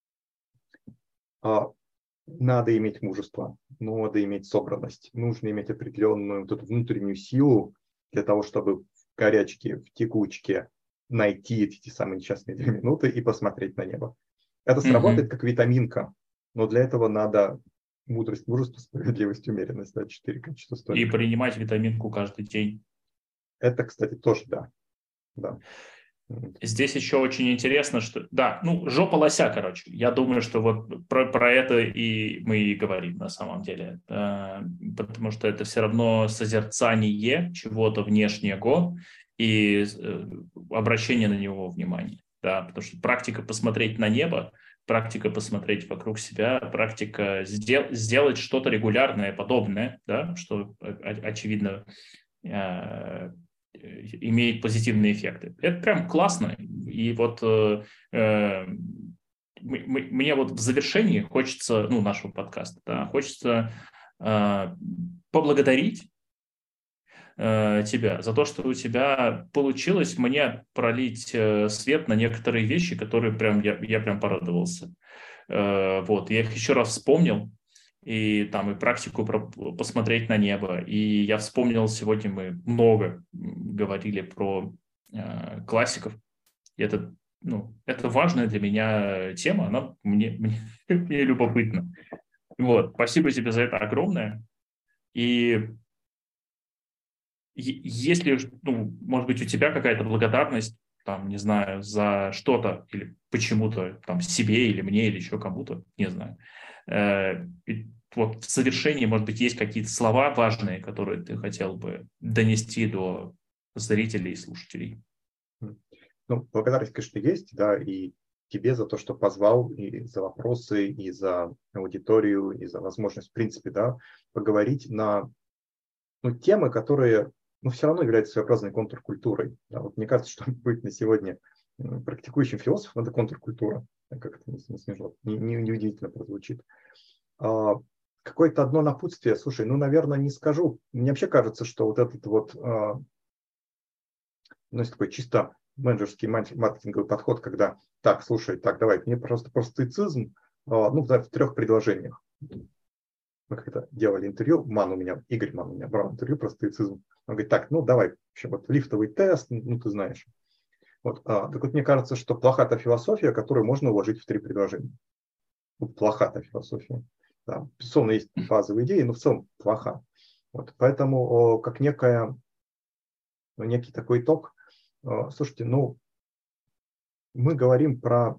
а, надо иметь мужество, надо иметь собранность, нужно иметь определенную вот эту внутреннюю силу для того, чтобы в горячке, в текучке найти эти самые несчастные две минуты и посмотреть на небо. Это сработает Угу. как витаминка, но для этого надо мудрость, мужество, справедливость, умеренность, да, четыре качества И стойка. принимать витаминку каждый день. Это, кстати, тоже да. да. Здесь еще очень интересно, что... Да, ну, жопа лося, короче. Я думаю, что вот про, про это и мы и говорим на самом деле. Э, потому что это все равно созерцание чего-то внешнего и э, обращение на него внимания. Да, потому что практика посмотреть на небо, практика посмотреть вокруг себя, практика сдел, сделать что-то регулярное, подобное, да, что очевидно э, имеет позитивные эффекты. Это прям классно. И вот э, э, мне вот в завершении хочется, ну, нашего подкаста, да, хочется э, поблагодарить э, тебя за то, что у тебя получилось мне пролить э, свет на некоторые вещи, которые прям я, я прям порадовался. Э, вот, я их еще раз вспомнил, и там и практику про, посмотреть на небо. И я вспомнил, сегодня мы много говорили про э, классиков. И это, ну, это важная для меня тема, она мне, мне, мне любопытна. Вот, спасибо тебе за это огромное. И если, ну, может быть, у тебя какая-то благодарность, там, не знаю, за что-то или почему-то, там, себе или мне, или еще кому-то, не знаю. Э, вот в завершении, может быть, есть какие-то слова важные, которые ты хотел бы донести до зрителей и слушателей. Ну, благодарность, конечно, есть, да, и тебе за то, что позвал, и за вопросы, и за аудиторию, и за возможность, в принципе, да, поговорить на ну, темы, которые, ну, все равно являются своеобразной контркультурой. Да. Вот мне кажется, что быть на сегодня практикующим философом – это контркультура, как это не, не смешно, не, не, неудивительно прозвучит. А, какое-то одно напутствие, слушай, ну, наверное, не скажу. Мне вообще кажется, что вот этот вот, а, ну, есть такой чисто менеджерский маркетинговый подход, когда, так, слушай, так, давай, мне, пожалуйста, про стоицизм, а, ну, в трех предложениях. Мы как-то делали интервью, Ман у меня, Игорь Ман у меня брал интервью про стоицизм. Он говорит, так, ну давай, в общем, вот лифтовый тест, ну ты знаешь. Вот, а, так вот мне кажется, что плоха та философия, которую можно уложить в три предложения. Вот плоха та философия. Да, безусловно, есть базовые идеи, но в целом плоха. Вот, поэтому о, как некая, ну, некий такой итог, о, слушайте, ну мы говорим про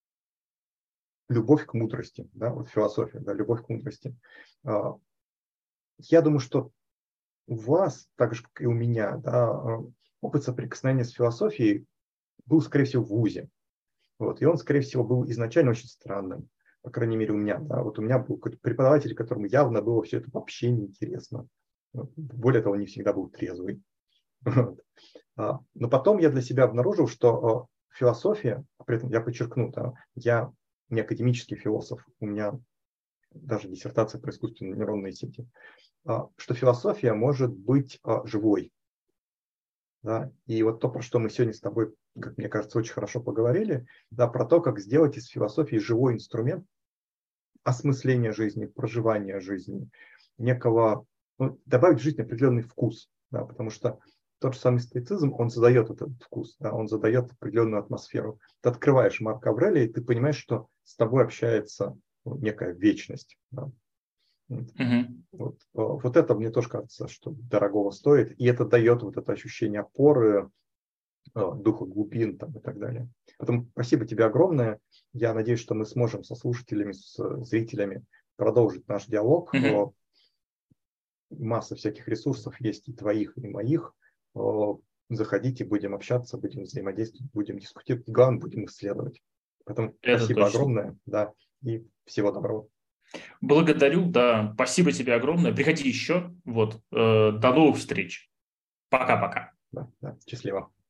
любовь к мудрости, да, вот философия, да, любовь к мудрости. А, я думаю, что у вас, так же, как и у меня, да, опыт соприкосновения с философией был, скорее всего, в вузе. Вот, и он, скорее всего, был изначально очень странным. По крайней мере, у меня. Да, вот у меня был какой-то преподаватель, которому явно было все это вообще неинтересно. Более того, не всегда был трезвый. Вот. Но потом я для себя обнаружил, что философия, при этом я подчеркну, да, я не академический философ, у меня даже диссертация про искусственные нейронные сети, что философия может быть живой. Да? И вот то, про что мы сегодня с тобой, как мне кажется, очень хорошо поговорили, да, про то, как сделать из философии живой инструмент осмысления жизни, проживания жизни, некого, ну, добавить в жизнь определенный вкус. Да, потому что тот же самый стоицизм, он задает этот вкус, да, он задает определенную атмосферу. Ты открываешь Марка Аврелия, и ты понимаешь, что с тобой общается, ну, некая вечность. Да. Угу. Вот. Вот это, мне тоже кажется, что дорогого стоит, и это дает вот это ощущение опоры, духа глубин там, и так далее. Поэтому спасибо тебе огромное. Я надеюсь, что мы сможем со слушателями, с зрителями продолжить наш диалог. Угу. Масса всяких ресурсов есть, и твоих, и моих. Заходите, будем общаться, будем взаимодействовать, будем дискутировать, и главное, будем исследовать. Поэтому Это спасибо точно. огромное, да, и всего доброго. Благодарю, да, спасибо тебе огромное. Приходи еще. Вот. Э, до новых встреч. Пока-пока. Да, да, счастливо.